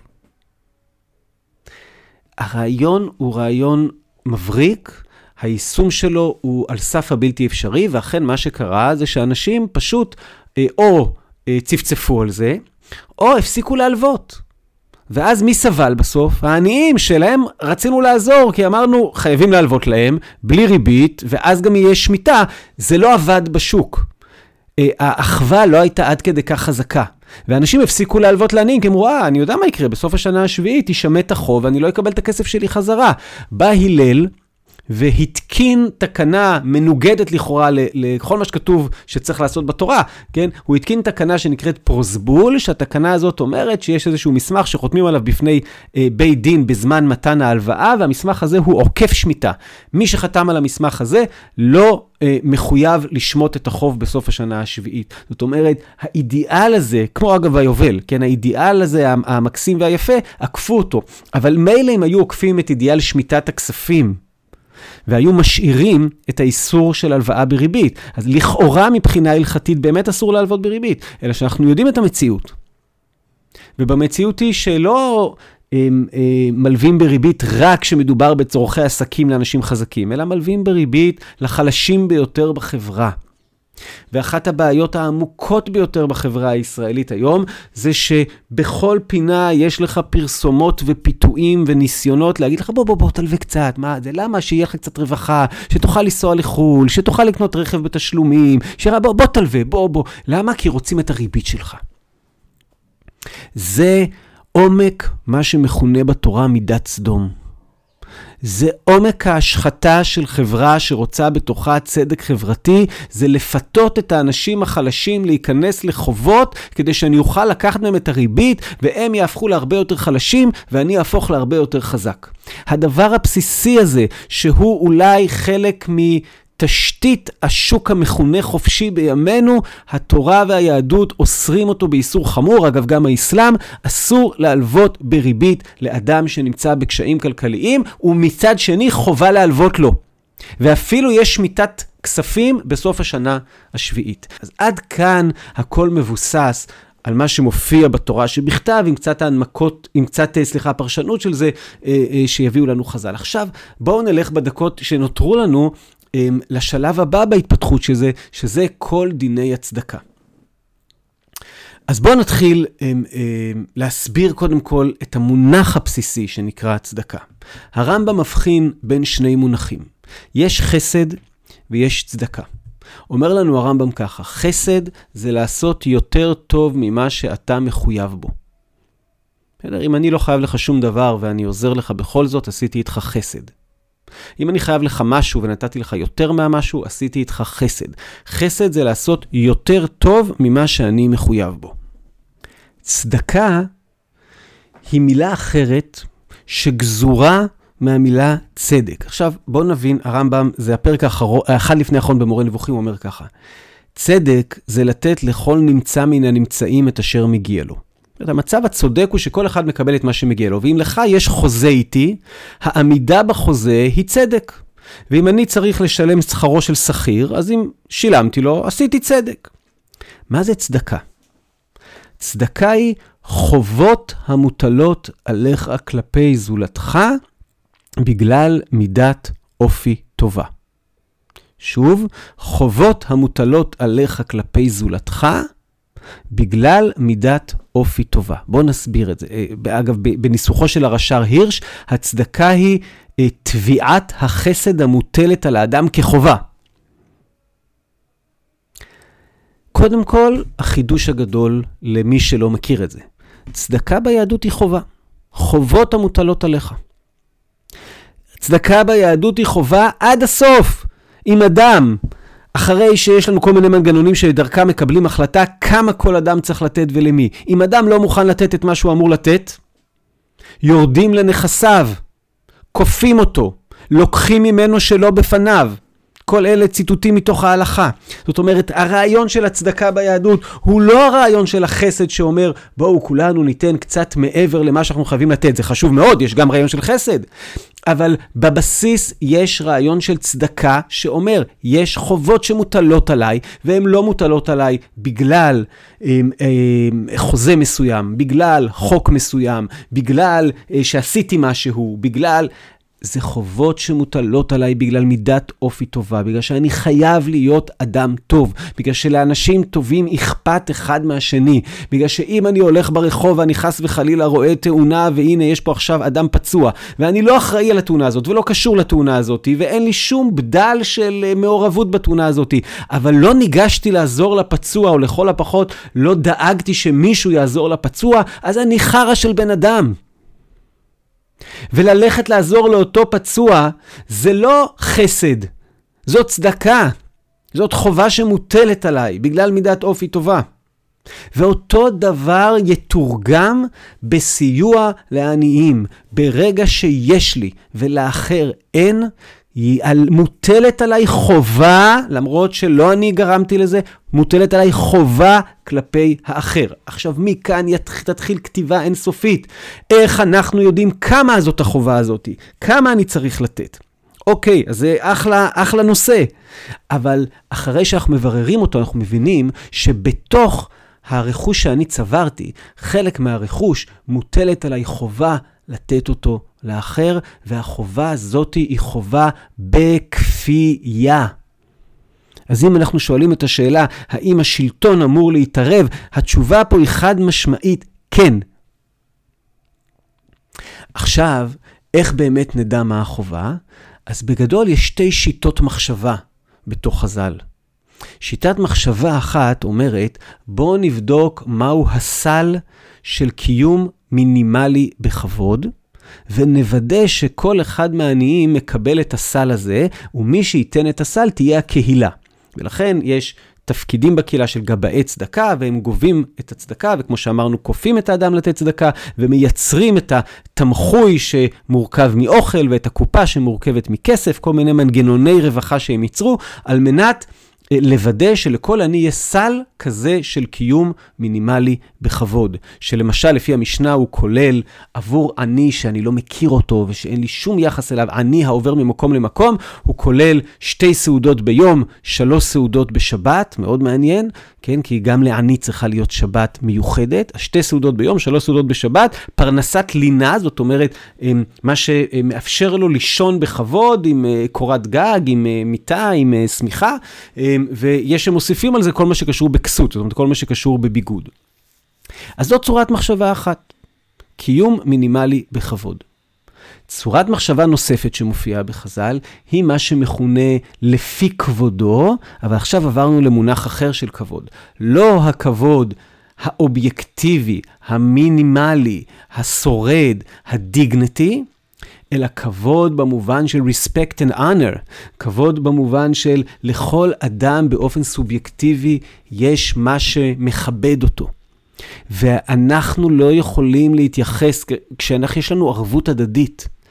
הרעיון הוא רעיון מבריק, היישום שלו הוא על סף הבלתי אפשרי, ואכן מה שקרה זה שאנשים פשוט או צפצפו על זה, או הפסיקו להלוות. ואז מי סבל בסוף? העניים שלהם רצינו לעזור, כי אמרנו חייבים להלוות להם, בלי ריבית, ואז גם יהיה שמיטה. זה לא עבד בשוק. האחווה לא הייתה עד כדי כך חזקה. ואנשים הפסיקו להלוות לעניים, כי אמרו, אני יודע מה יקרה, בסוף השנה השביעית תשמט החוב, ואני לא אקבל את הכסף שלי חזרה. בא הלל, והתקין תקנה מנוגדת לכאורה לכל מה שכתוב שצריך לעשות בתורה, כן? הוא התקין תקנה שנקראת פרוסבול, שהתקנה הזאת אומרת שיש איזשהו מסמך שחותמים עליו בפני בית דין בזמן מתן ההלוואה, והמסמך הזה הוא עוקף שמיטה. מי שחתם על המסמך הזה לא מחויב לשמוט את החוב בסוף השנה השביעית. זאת אומרת, האידיאל הזה, כמו אגב היובל, כן? האידיאל הזה, המקסים והיפה, עקפו אותו. אבל מילא אם היו עוקפים את אידיאל שמיטת הכספים, והיו משאירים את האיסור של הלוואה בריבית. אז לכאורה מבחינה הלכתית באמת אסור להלוות בריבית, אלא שאנחנו יודעים את המציאות. ובמציאות היא שלא מלווים בריבית רק כשמדובר בצורכי עסקים לאנשים חזקים, אלא מלווים בריבית לחלשים ביותר בחברה. ואחת הבעיות העמוקות ביותר בחברה הישראלית היום, זה שבכל פינה יש לך פרסומות ופיתויים וניסיונות להגיד לך, בוא, תלווה קצת, מה זה? למה? שיהיה לך קצת רווחה, שתוכל לנסוע לחול, שתוכל לקנות רכב בתשלומים, בוא תלווה, בוא. למה? כי רוצים את הריבית שלך. זה עומק מה שמכונה בתורה מידת סדום. זה עומק ההשחתה של חברה שרוצה בתוכה צדק חברתי, זה לפתות את האנשים החלשים להיכנס לחובות, כדי שאני אוכל לקחת מהם את הריבית, והם יהפכו להרבה יותר חלשים, ואני אהפוך להרבה יותר חזק. הדבר הבסיסי הזה, שהוא אולי חלק תשתית השוק המכונה חופשי בימינו, התורה והיהדות אוסרים אותו באיסור חמור, אגב גם האסלאם, אסור להלוות בריבית לאדם שנמצא בקשיים כלכליים, ומצד שני חובה להלוות לו. ואפילו יש שמיטת כספים בסוף השנה השביעית. אז עד כאן הכל מבוסס על מה שמופיע בתורה שבכתב, עם קצת ההנמקות, עם קצת, הפרשנות של זה, שיביאו לנו חז"ל. עכשיו, בואו נלך בדקות שנותרו לנו, לשלב הבא בהתפתחות שזה כל דיני הצדקה. אז בואו נתחיל להסביר קודם כל את המונח הבסיסי שנקרא הצדקה. הרמב"ם מבחין בין שני מונחים. יש חסד ויש צדקה. אומר לנו הרמב"ם ככה, חסד זה לעשות יותר טוב ממה שאתה מחויב בו. אם אני לא חייב לך שום דבר ואני עוזר לך בכל זאת, עשיתי איתך חסד. אם אני חייב לך משהו ונתתי לך יותר מהמשהו, עשיתי איתך חסד. חסד זה לעשות יותר טוב ממה שאני מחויב בו. צדקה היא מילה אחרת שגזורה מהמילה צדק. עכשיו, בואו נבין, הרמב"ם, זה הפרק האחד לפני האחרון במורה נבוכים, הוא אומר ככה, צדק זה לתת לכל נמצא מן הנמצאים את אשר מגיע לו. המצב הצודק הוא שכל אחד מקבל את מה שמגיע לו, ואם לך יש חוזה איתי, העמידה בחוזה היא צדק. ואם אני צריך לשלם שכרו של שכיר, אז אם שילמתי לו, עשיתי צדק. מה זה צדקה? צדקה היא חובות המוטלות עליך כלפי זולתך, בגלל מידת אופי טובה. שוב, חובות המוטלות עליך כלפי זולתך, בגלל מידת אופי טובה. בואו נסביר את זה. אגב, בניסוחו של הרש"ר הירש, הצדקה היא תביעת החסד המוטלת על האדם כחובה. קודם כל, החידוש הגדול למי שלא מכיר את זה. צדקה ביהדות היא חובה. חובות המוטלות עליך. צדקה ביהדות היא חובה עד הסוף. אם אדם, אחרי שיש לנו כל מיני מנגנונים שדרכם מקבלים החלטה, כמה כל אדם צריך לתת ולמי. אם אדם לא מוכן לתת את מה שהוא אמור לתת, יורדים לנכסיו, כופים אותו, לוקחים ממנו שלא בפניו. כל אלה ציטוטים מתוך ההלכה. זאת אומרת, הרעיון של הצדקה ביהדות הוא לא הרעיון של החסד שאומר, בואו כולנו ניתן קצת מעבר למה שאנחנו חייבים לתת. זה חשוב מאוד, יש גם רעיון של חסד. אבל בבסיס יש רעיון של צדקה שאומר, יש חובות שמוטלות עליי, והן לא מוטלות עליי בגלל חוזה מסוים, בגלל חוק מסוים, בגלל שעשיתי משהו, בגלל... זה חובות שמוטלות עליי בגלל מידת אופי טובה, בגלל שאני חייב להיות אדם טוב, בגלל שלאנשים טובים אכפת אחד מהשני, בגלל שאם אני הולך ברחוב ואני חס וחלילה רואה תאונה, והנה יש פה עכשיו אדם פצוע, ואני לא אחראי על התאונה הזאת, ולא קשור לתאונה הזאת, ואין לי שום בדל של מעורבות בתאונה הזאת, אבל לא ניגשתי לעזור לפצוע, או לכל הפחות לא דאגתי שמישהו יעזור לפצוע, אז אני חרא של בן אדם. וללכת לעזור לאותו פצוע, זה לא חסד, זאת צדקה, זאת חובה שמוטלת עליי, בגלל מידת אופי טובה. ואותו דבר יתורגם בסיוע לעניים, ברגע שיש לי ולאחר אין, מוטלת עליי חובה, למרות שלא אני גרמתי לזה, מוטלת עליי חובה כלפי האחר. עכשיו מכאן תתחיל כתיבה אינסופית. איך אנחנו יודעים כמה זאת החובה הזאת? כמה אני צריך לתת? אוקיי, אז זה אחלה נושא. אבל אחרי שאנחנו מבררים אותו, אנחנו מבינים שבתוך הרכוש שאני צברתי, חלק מהרכוש מוטלת עליי חובה לתת אותו לאחר, והחובה הזאת היא חובה בכפייה. אז אם אנחנו שואלים את השאלה, האם השלטון אמור להתערב, התשובה פה היא חד משמעית, כן. עכשיו, איך באמת נדע מה החובה? אז בגדול יש שתי שיטות מחשבה בתוך חז"ל. שיטת מחשבה אחת אומרת, בואו נבדוק מהו הסל של קיום מינימלי בכבוד, ונוודא שכל אחד מהעניים מקבל את הסל הזה, ומי שייתן את הסל תהיה הקהילה. ולכן יש תפקידים בקהילה של גבאי צדקה, והם גובים את הצדקה, וכמו שאמרנו, כופים את האדם לתת צדקה, ומייצרים את התמחוי שמורכב מאוכל, ואת הקופה שמורכבת מכסף, כל מיני מנגנוני רווחה שהם ייצרו, על מנת לוודא שלכל עני יש סל כזה של קיום מינימלי בכבוד. שלמשל, לפי המשנה הוא כולל עבור עני שאני לא מכיר אותו ושאין לי שום יחס אליו, עני העובר ממקום למקום, הוא כולל 2 סעודות ביום, 3 סעודות בשבת, מאוד מעניין, כן? כי גם לעני צריכה להיות שבת מיוחדת, 2 סעודות ביום, 3 סעודות בשבת, פרנסת לינה, זאת אומרת, מה שמאפשר לו לישון בכבוד, עם קורת גג, עם מיטה, עם סמיכה, ויש שמוסיפים על זה כל מה שקשור בכסות, זאת אומרת, כל מה שקשור בביגוד. אז זאת צורת מחשבה אחת, קיום מינימלי בכבוד. צורת מחשבה נוספת שמופיעה בחז"ל, היא מה שמכונה לפי כבודו, אבל עכשיו עברנו למונח אחר של כבוד. לא הכבוד האובייקטיבי, המינימלי, השורד, הדיגניטי, אלא כבוד במובן של respect and honor, כבוד במובן של לכל אדם באופן סובייקטיבי יש מה שמכבד אותו. ואנחנו לא יכולים להתייחס, כשיש לנו ערבות הדדית,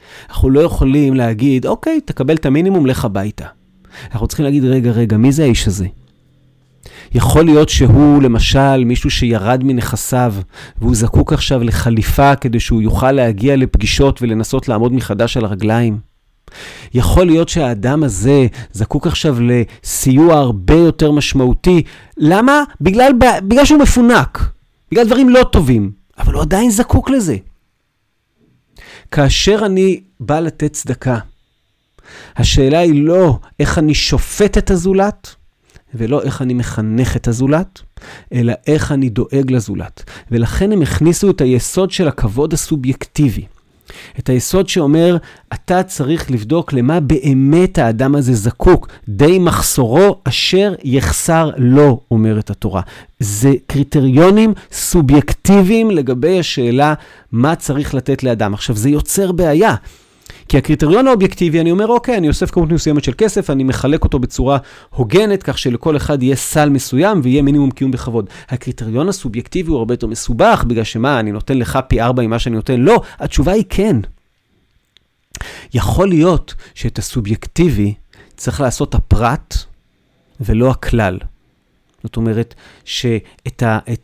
אנחנו לא יכולים להגיד, אוקיי, תקבל את המינימום, לך הביתה. אנחנו צריכים להגיד, רגע, מי זה האיש הזה? יכול להיות שהוא למשל מישהו שירד מנכסיו, והוא זקוק עכשיו לחליפה כדי שהוא יוכל להגיע לפגישות ולנסות לעמוד מחדש על הרגליים. יכול להיות שהאדם הזה זקוק עכשיו לסיוע הרבה יותר משמעותי. למה? בגלל שהוא מפונק, בגלל דברים לא טובים, אבל הוא עדיין זקוק לזה. כאשר אני בא לתת צדקה, השאלה היא לא איך אני שופט את הזולת, ולא איך אני מחנך את הזולת, אלא איך אני דואג לזולת. ולכן הם הכניסו את היסוד של הכבוד הסובייקטיבי. את היסוד שאומר, אתה צריך לבדוק למה באמת האדם הזה זקוק. די מחסורו אשר יחסר לו, אומרת התורה. זה קריטריונים סובייקטיביים לגבי השאלה מה צריך לתת לאדם. עכשיו, זה יוצר בעיה. כי הקריטריון האובייקטיבי, אני אומר, אוקיי, אני אוסף כמות מסוימת של כסף, אני מחלק אותו בצורה הוגנת, כך שלכל אחד יהיה סל מסוים, ויהיה מינימום קיום בכבוד. הקריטריון הסובייקטיבי הוא הרבה יותר מסובך, בגלל שמה, אני נותן לך פי 4 ממה שאני נותן? לא, התשובה היא כן. יכול להיות שאת הסובייקטיבי צריך לעשות הפרט, ולא הכלל. זאת אומרת, שאת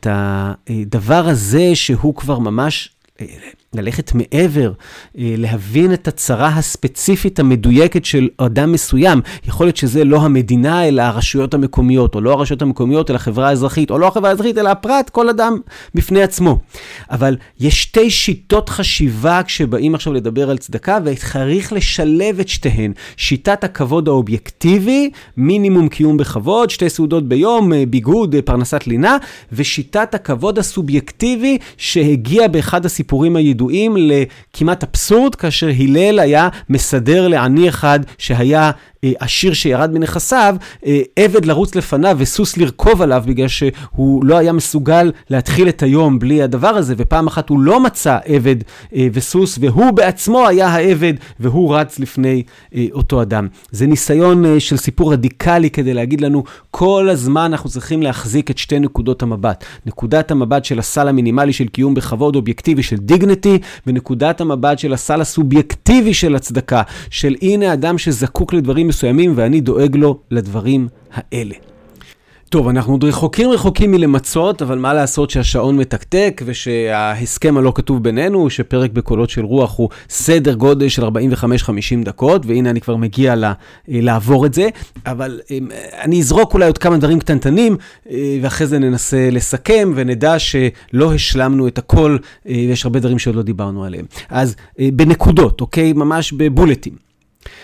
הדבר הזה שהוא כבר ממש ללכת מעבר, להבין את הצרה הספציפית המדויקת של אדם מסוים. יכול להיות שזה לא המדינה, אלא הרשויות המקומיות, או לא הרשויות המקומיות, אלא החברה האזרחית, או לא החברה האזרחית, אלא הפרט, כל אדם בפני עצמו. אבל יש שתי שיטות חשיבה כשבאים עכשיו לדבר על צדקה, וצריך לשלב את שתיהן. שיטת הכבוד האובייקטיבי, מינימום קיום בכבוד, 2 סעודות ביום, ביגוד, פרנסת לינה, ושיטת הכבוד הסובייקטיבי שהגיע באחד הסיפורים הידועים לכמעט אבסורד, כאשר הלל היה מסדר לעני אחד שהיה עשיר שירד מנכסיו, עבד לרוץ לפניו וסוס לרכוב עליו, בגלל שהוא לא היה מסוגל להתחיל את היום בלי הדבר הזה, ופעם אחת הוא לא מצא עבד וסוס, והוא בעצמו היה העבד, והוא רץ לפני אותו אדם. זה ניסיון של סיפור רדיקלי כדי להגיד לנו, כל הזמן אנחנו צריכים להחזיק את שתי נקודות המבט. נקודת המבט של הסל המינימלי של קיום בכבוד אובייקטיבי של דיגניטי, ונקודת המבט של הסל הסובייקטיבי של הצדקה, של הנה אדם שזקוק לדברים מסוימים, ואני דואג לו לדברים האלה. טוב, אנחנו עוד רחוקים מלמצות, אבל מה לעשות שהשעון מתקתק, ושההסכם הלא כתוב בינינו, שפרק בקולות של רוח הוא סדר גודל של 45-50 דקות, והנה אני כבר מגיע לעבור את זה, אבל אני אזרוק אולי עוד כמה דברים קטנטנים, ואחרי זה ננסה לסכם, ונדע שלא השלמנו את הכל, ויש הרבה דברים שעוד לא דיברנו עליהם. אז בנקודות, אוקיי? ממש בבולטים.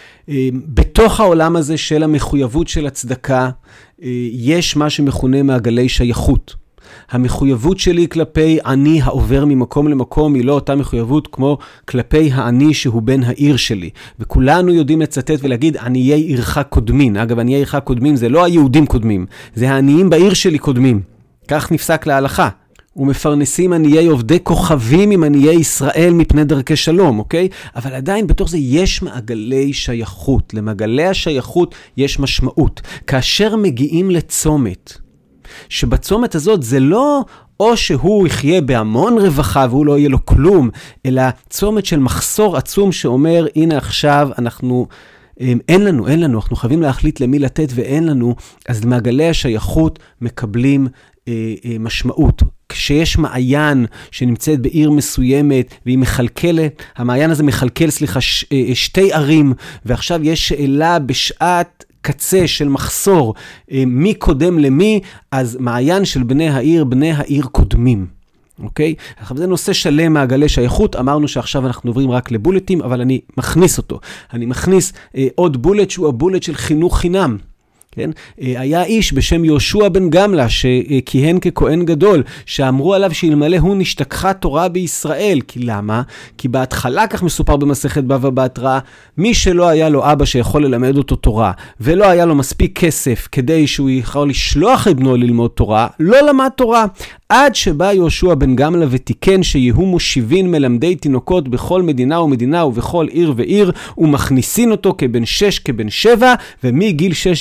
בתוך העולם הזה של המחויבות של הצדקה, יש מה שמכונה מעגלי שייכות. המחויבות שלי כלפי עני העובר ממקום למקום היא לא אותה מחויבות כמו כלפי העני שהוא בן העיר שלי. וכולנו יודעים לצטט ולהגיד עניי עירך קודמין. אגב, עניי עירך קודמין זה לא היהודים קודמים, זה העניים בעיר שלי קודמים. כך נפסק להלכה. ומפרנסים עניי עובדי כוכבים עם עניי ישראל מפני דרכי שלום, אוקיי? אבל עדיין בתוך זה יש מעגלי שייכות. למעגלי השייכות יש משמעות. כאשר מגיעים לצומת, שבצומת הזאת זה לא או שהוא יחיה בהמון רווחה והוא לא יהיה לו כלום, אלא צומת של מחסור עצום שאומר, הנה עכשיו אנחנו אין לנו, אנחנו חייבים להחליט למי לתת ואין לנו, אז מעגלי השייכות מקבלים משמעות. כשיש מעיין שנמצאת בעיר מסוימת והיא מחלקלת, המעיין הזה מחלקל, שתי ערים, ועכשיו יש שאלה בשעת קצה של מחסור, מי קודם למי, אז מעיין של בני העיר קודמים. אוקיי? עכשיו זה נושא שלם מעגלי שייכות, אמרנו שעכשיו אנחנו עוברים רק לבולטים, אבל אני מכניס אותו. אני מכניס עוד בולט שהוא הבולט של חינוך חינם. כן? היה איש בשם יהושע בן גמלה שכיהן ככהן גדול, שאמרו עליו שאלמלא הוא נשתכחה תורה בישראל. כי למה? כי בהתחלה, כך מסופר במסכת בבא בתרא, מי שלא היה לו אבא שיכול ללמד אותו תורה, ולא היה לו מספיק כסף כדי שהוא יכול לשלוח את בנו ללמוד תורה, לא למד תורה. עד שבא יהושע בן גמלה ותיקן שיהיו מושיבין מלמדי תינוקות בכל מדינה ומדינה ובכל עיר ועיר, ומכניסין אותו כבן 6 כבן 7, ומגיל 6 גיל 7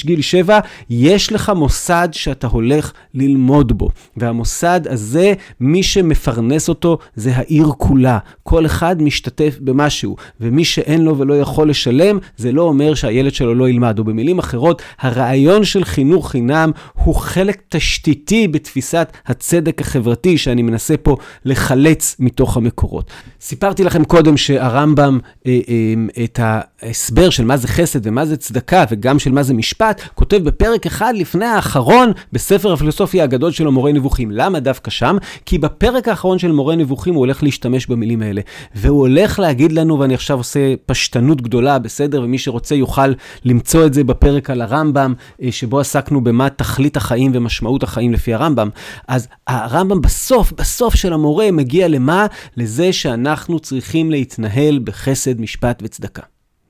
7, יש לך מוסד שאתה הולך ללמוד בו. והמוסד הזה, מי שמפרנס אותו זה העיר כולה. כל אחד משתתף במשהו, ומי שאין לו ולא יכול לשלם, זה לא אומר שהילד שלו לא ילמד. ובמילים אחרות, הרעיון של חינוך חינם הוא חלק תשתיתי בתפיסת הצדק החברתי שאני מנסה פה לחלץ מתוך המקורות. סיפרתי לכם קודם שהרמב"ם את ההסבר של מה זה חסד ומה זה צדקה וגם של מה זה משפט, כותב בפרק אחד לפני האחרון בספר הפילוסופיה הגדול שלו מורה נבוכים. למה דווקא שם? כי בפרק האחרון של מורה נבוכים הוא הולך להשתמש במילים האלה. והוא הולך להגיד לנו, ואני עכשיו עושה פשטנות גדולה, בסדר? ומי שרוצה יוכל למצוא את זה בפרק על הרמב"ם, שבו עסקנו במה תכלית החיים ומשמעות החיים לפי הרמב"ם. אז הרמב"ם בסוף של המורה מגיע למה? לזה שאנחנו צריכים להתנהל בחסד, משפט וצדקה.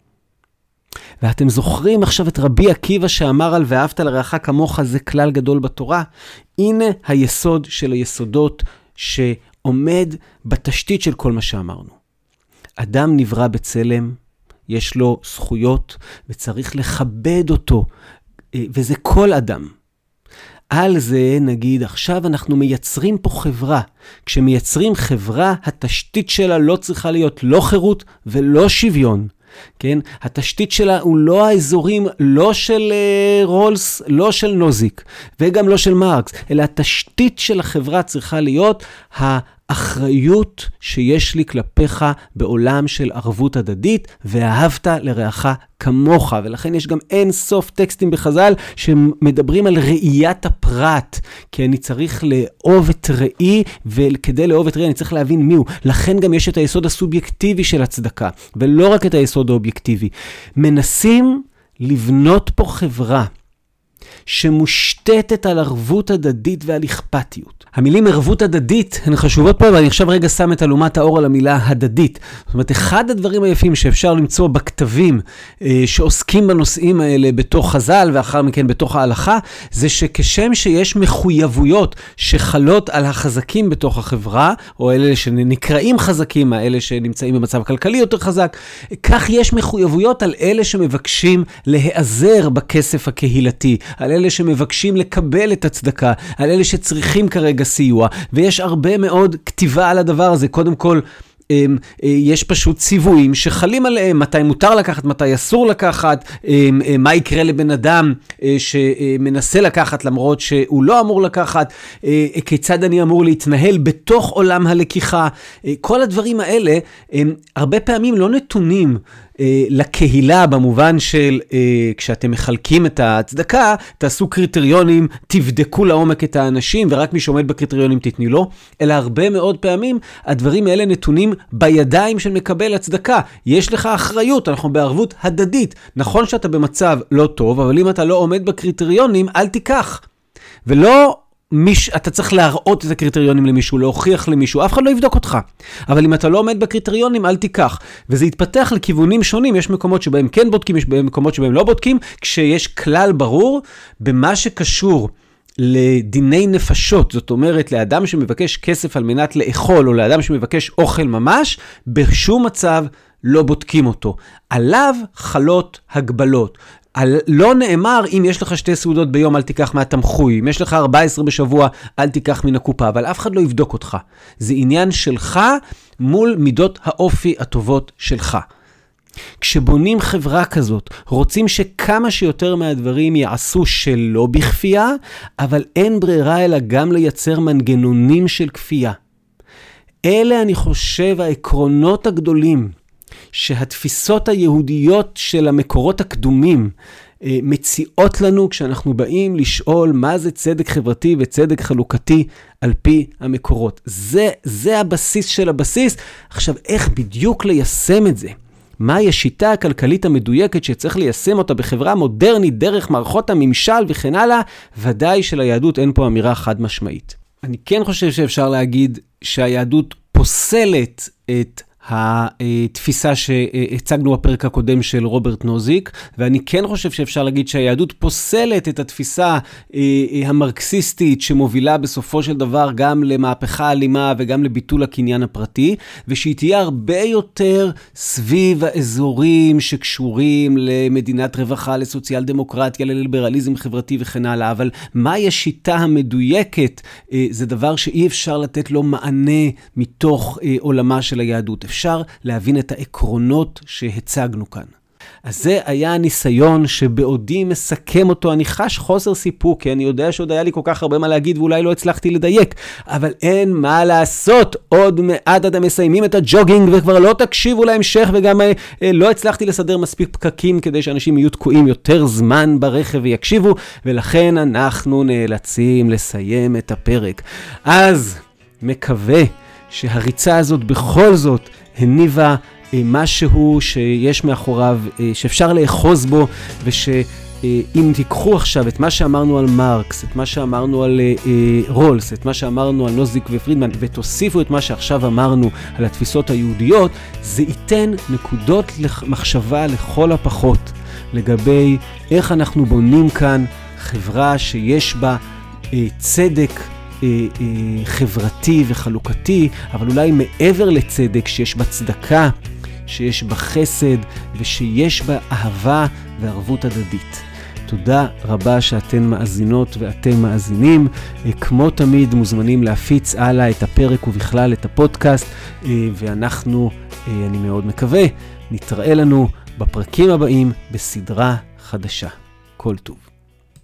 ואתם זוכרים עכשיו את רבי עקיבא שאמר על ואהבת לרעך כמוך, זה כלל גדול בתורה? הנה היסוד של היסודות שעומד בתשתית של כל מה שאמרנו. אדם נברא בצלם, יש לו זכויות וצריך לכבד אותו, וזה כל אדם. על זה נגיד, עכשיו אנחנו מייצרים פה חברה. כשמייצרים חברה, התשתית שלה לא צריכה להיות לא חירות ולא שוויון. כן? התשתית שלה הוא לא האזורים, לא של רולס, לא של נוזיק, וגם לא של מרקס, אלא התשתית של החברה צריכה להיות האחריות שיש לי כלפיך בעולם של ערבות הדדית, ואהבת לרעך כמוך. ולכן יש גם אין סוף טקסטים בחז"ל שמדברים על ראיית הפרט, כי אני צריך לאהוב את ראי, וכדי לאהוב את ראי אני צריך להבין מיהו. לכן גם יש את היסוד הסובייקטיבי של הצדקה, ולא רק את היסוד האובייקטיבי. מנסים לבנות פה חברה שמושתתת על ערבות הדדית ועל אכפתיות. המילים ערבות הדדית הן חשובות פה, ואני עכשיו רגע שם את אלומת האור על המילה הדדית. זאת אומרת, אחד הדברים היפים שאפשר למצוא בכתבים שעוסקים בנושאים האלה בתוך חז"ל ואחר מכן בתוך ההלכה, זה שכשם שיש מחויבויות שחלות על החזקים בתוך החברה, או אלה שנקראים חזקים, האלה שנמצאים במצב כלכלי יותר חזק, כך יש מחויבויות על אלה שמבקשים להיעזר בכסף הקהילתי, על אלה שמבקשים לקבל את הצדקה, על אלה שצריכים כרגע סיוע, ויש הרבה מאוד כתיבה על הדבר הזה. קודם כל, יש פשוט ציוויים שחלים עליהם, מתי מותר לקחת, מתי אסור לקחת, מה יקרה לבן אדם שמנסה לקחת למרות שהוא לא אמור לקחת, כיצד אני אמור להתנהל בתוך עולם הלקיחה. כל הדברים האלה הרבה פעמים לא נתונים לקהילה, במובן של כשאתם מחלקים את הצדקה, תעשו קריטריונים, תבדקו לעומק את האנשים, ורק מי שעומד בקריטריונים תתני לו, אלא הרבה מאוד פעמים הדברים האלה נתונים בידיים של מקבל הצדקה. יש לך אחריות, אנחנו בערבות הדדית. נכון שאתה במצב לא טוב, אבל אם אתה לא עומד בקריטריונים, אל תיקח. ולא אתה צריך להראות את הקריטריונים למישהו, להוכיח למישהו, אף אחד לא יבדוק אותך. אבל אם אתה לא עומד בקריטריונים, אל תיקח. וזה יתפתח לכיוונים שונים, יש מקומות שבהם כן בודקים, יש מקומות שבהם לא בודקים, כשיש כלל ברור במה שקשור לדיני נפשות, זאת אומרת, לאדם שמבקש כסף על מנת לאכול, או לאדם שמבקש אוכל ממש, בשום מצב לא בודקים אותו. עליו חלות הגבלות. לא נאמר, אם יש לך 2 סעודות ביום, אל תיקח מהתמחוי. אם יש לך 14 בשבוע, אל תיקח מן הקופה. אבל אף אחד לא יבדוק אותך. זה עניין שלך מול מידות האופי הטובות שלך. כשבונים חברה כזאת, רוצים שכמה שיותר מהדברים יעשו שלא בכפייה, אבל אין ברירה אלא גם לייצר מנגנונים של כפייה. אלה, אני חושב, העקרונות הגדולים שהתפיסות היהודיות של המקורות הקדומים מציעות לנו כשאנחנו באים לשאול מה זה צדק חברתי וצדק חלוקתי על פי המקורות. זה הבסיס של הבסיס. עכשיו, איך בדיוק ליישם את זה? מהי השיטה הכלכלית המדויקת שצריך ליישם אותה בחברה מודרנית דרך מערכות הממשל וכן הלאה? ודאי שליהדות אין פה אמירה חד משמעית. אני כן חושב שאפשר להגיד שהיהדות פוסלת את התפיסה שהצגנו בפרק הקודם של רוברט נוזיק, ואני כן חושב שאפשר להגיד שהיהדות פוסלת את התפיסה המרקסיסטית שמובילה בסופו של דבר גם למהפכה אלימה וגם לביטול הקניין הפרטי, ושהיא תהיה הרבה יותר סביב האזורים שקשורים למדינת רווחה, לסוציאל דמוקרטיה, לליברליזם חברתי וכן הלאה. אבל מהי השיטה המדויקת? זה דבר שאי אפשר לתת לו מענה מתוך עולמה של היהדות. אפשר להבין את העקרונות שהצגנו כאן. אז זה היה הניסיון שבעודי מסכם אותו. אני חש חוסר סיפוק, כי אני יודע שעוד היה לי כל כך הרבה מה להגיד ואולי לא הצלחתי לדייק, אבל אין מה לעשות. עוד מעט אתם מסיימים את הג'וגינג וכבר לא תקשיבו להמשך, וגם לא הצלחתי לסדר מספיק פקקים כדי שאנשים יהיו תקועים יותר זמן ברכב ויקשיבו, ולכן אנחנו נאלצים לסיים את הפרק. אז מקווה שהריצה הזאת בכל זאת הניבה משהו שיש מאחוריו, שאפשר לאחוז בו, ושאם תיקחו עכשיו את מה שאמרנו על מרקס, את מה שאמרנו על רולס, את מה שאמרנו על נוזיק ופרידמן, ותוסיפו את מה שעכשיו אמרנו על התפיסות היהודיות, זה ייתן נקודות מחשבה לכל הפחות, לגבי איך אנחנו בונים כאן חברה שיש בה צדק חברתי וחלוקתי, אבל אולי מעבר לצדק, שיש בה צדקה, שיש בה חסד, ושיש בה אהבה וערבות הדדית. תודה רבה שאתן מאזינות ואתם מאזינים. כמו תמיד מוזמנים להפיץ הלאה את הפרק ובכלל את הפודקאסט, ואנחנו, אני מאוד מקווה, נתראה לנו בפרקים הבאים בסדרה חדשה. כל טוב.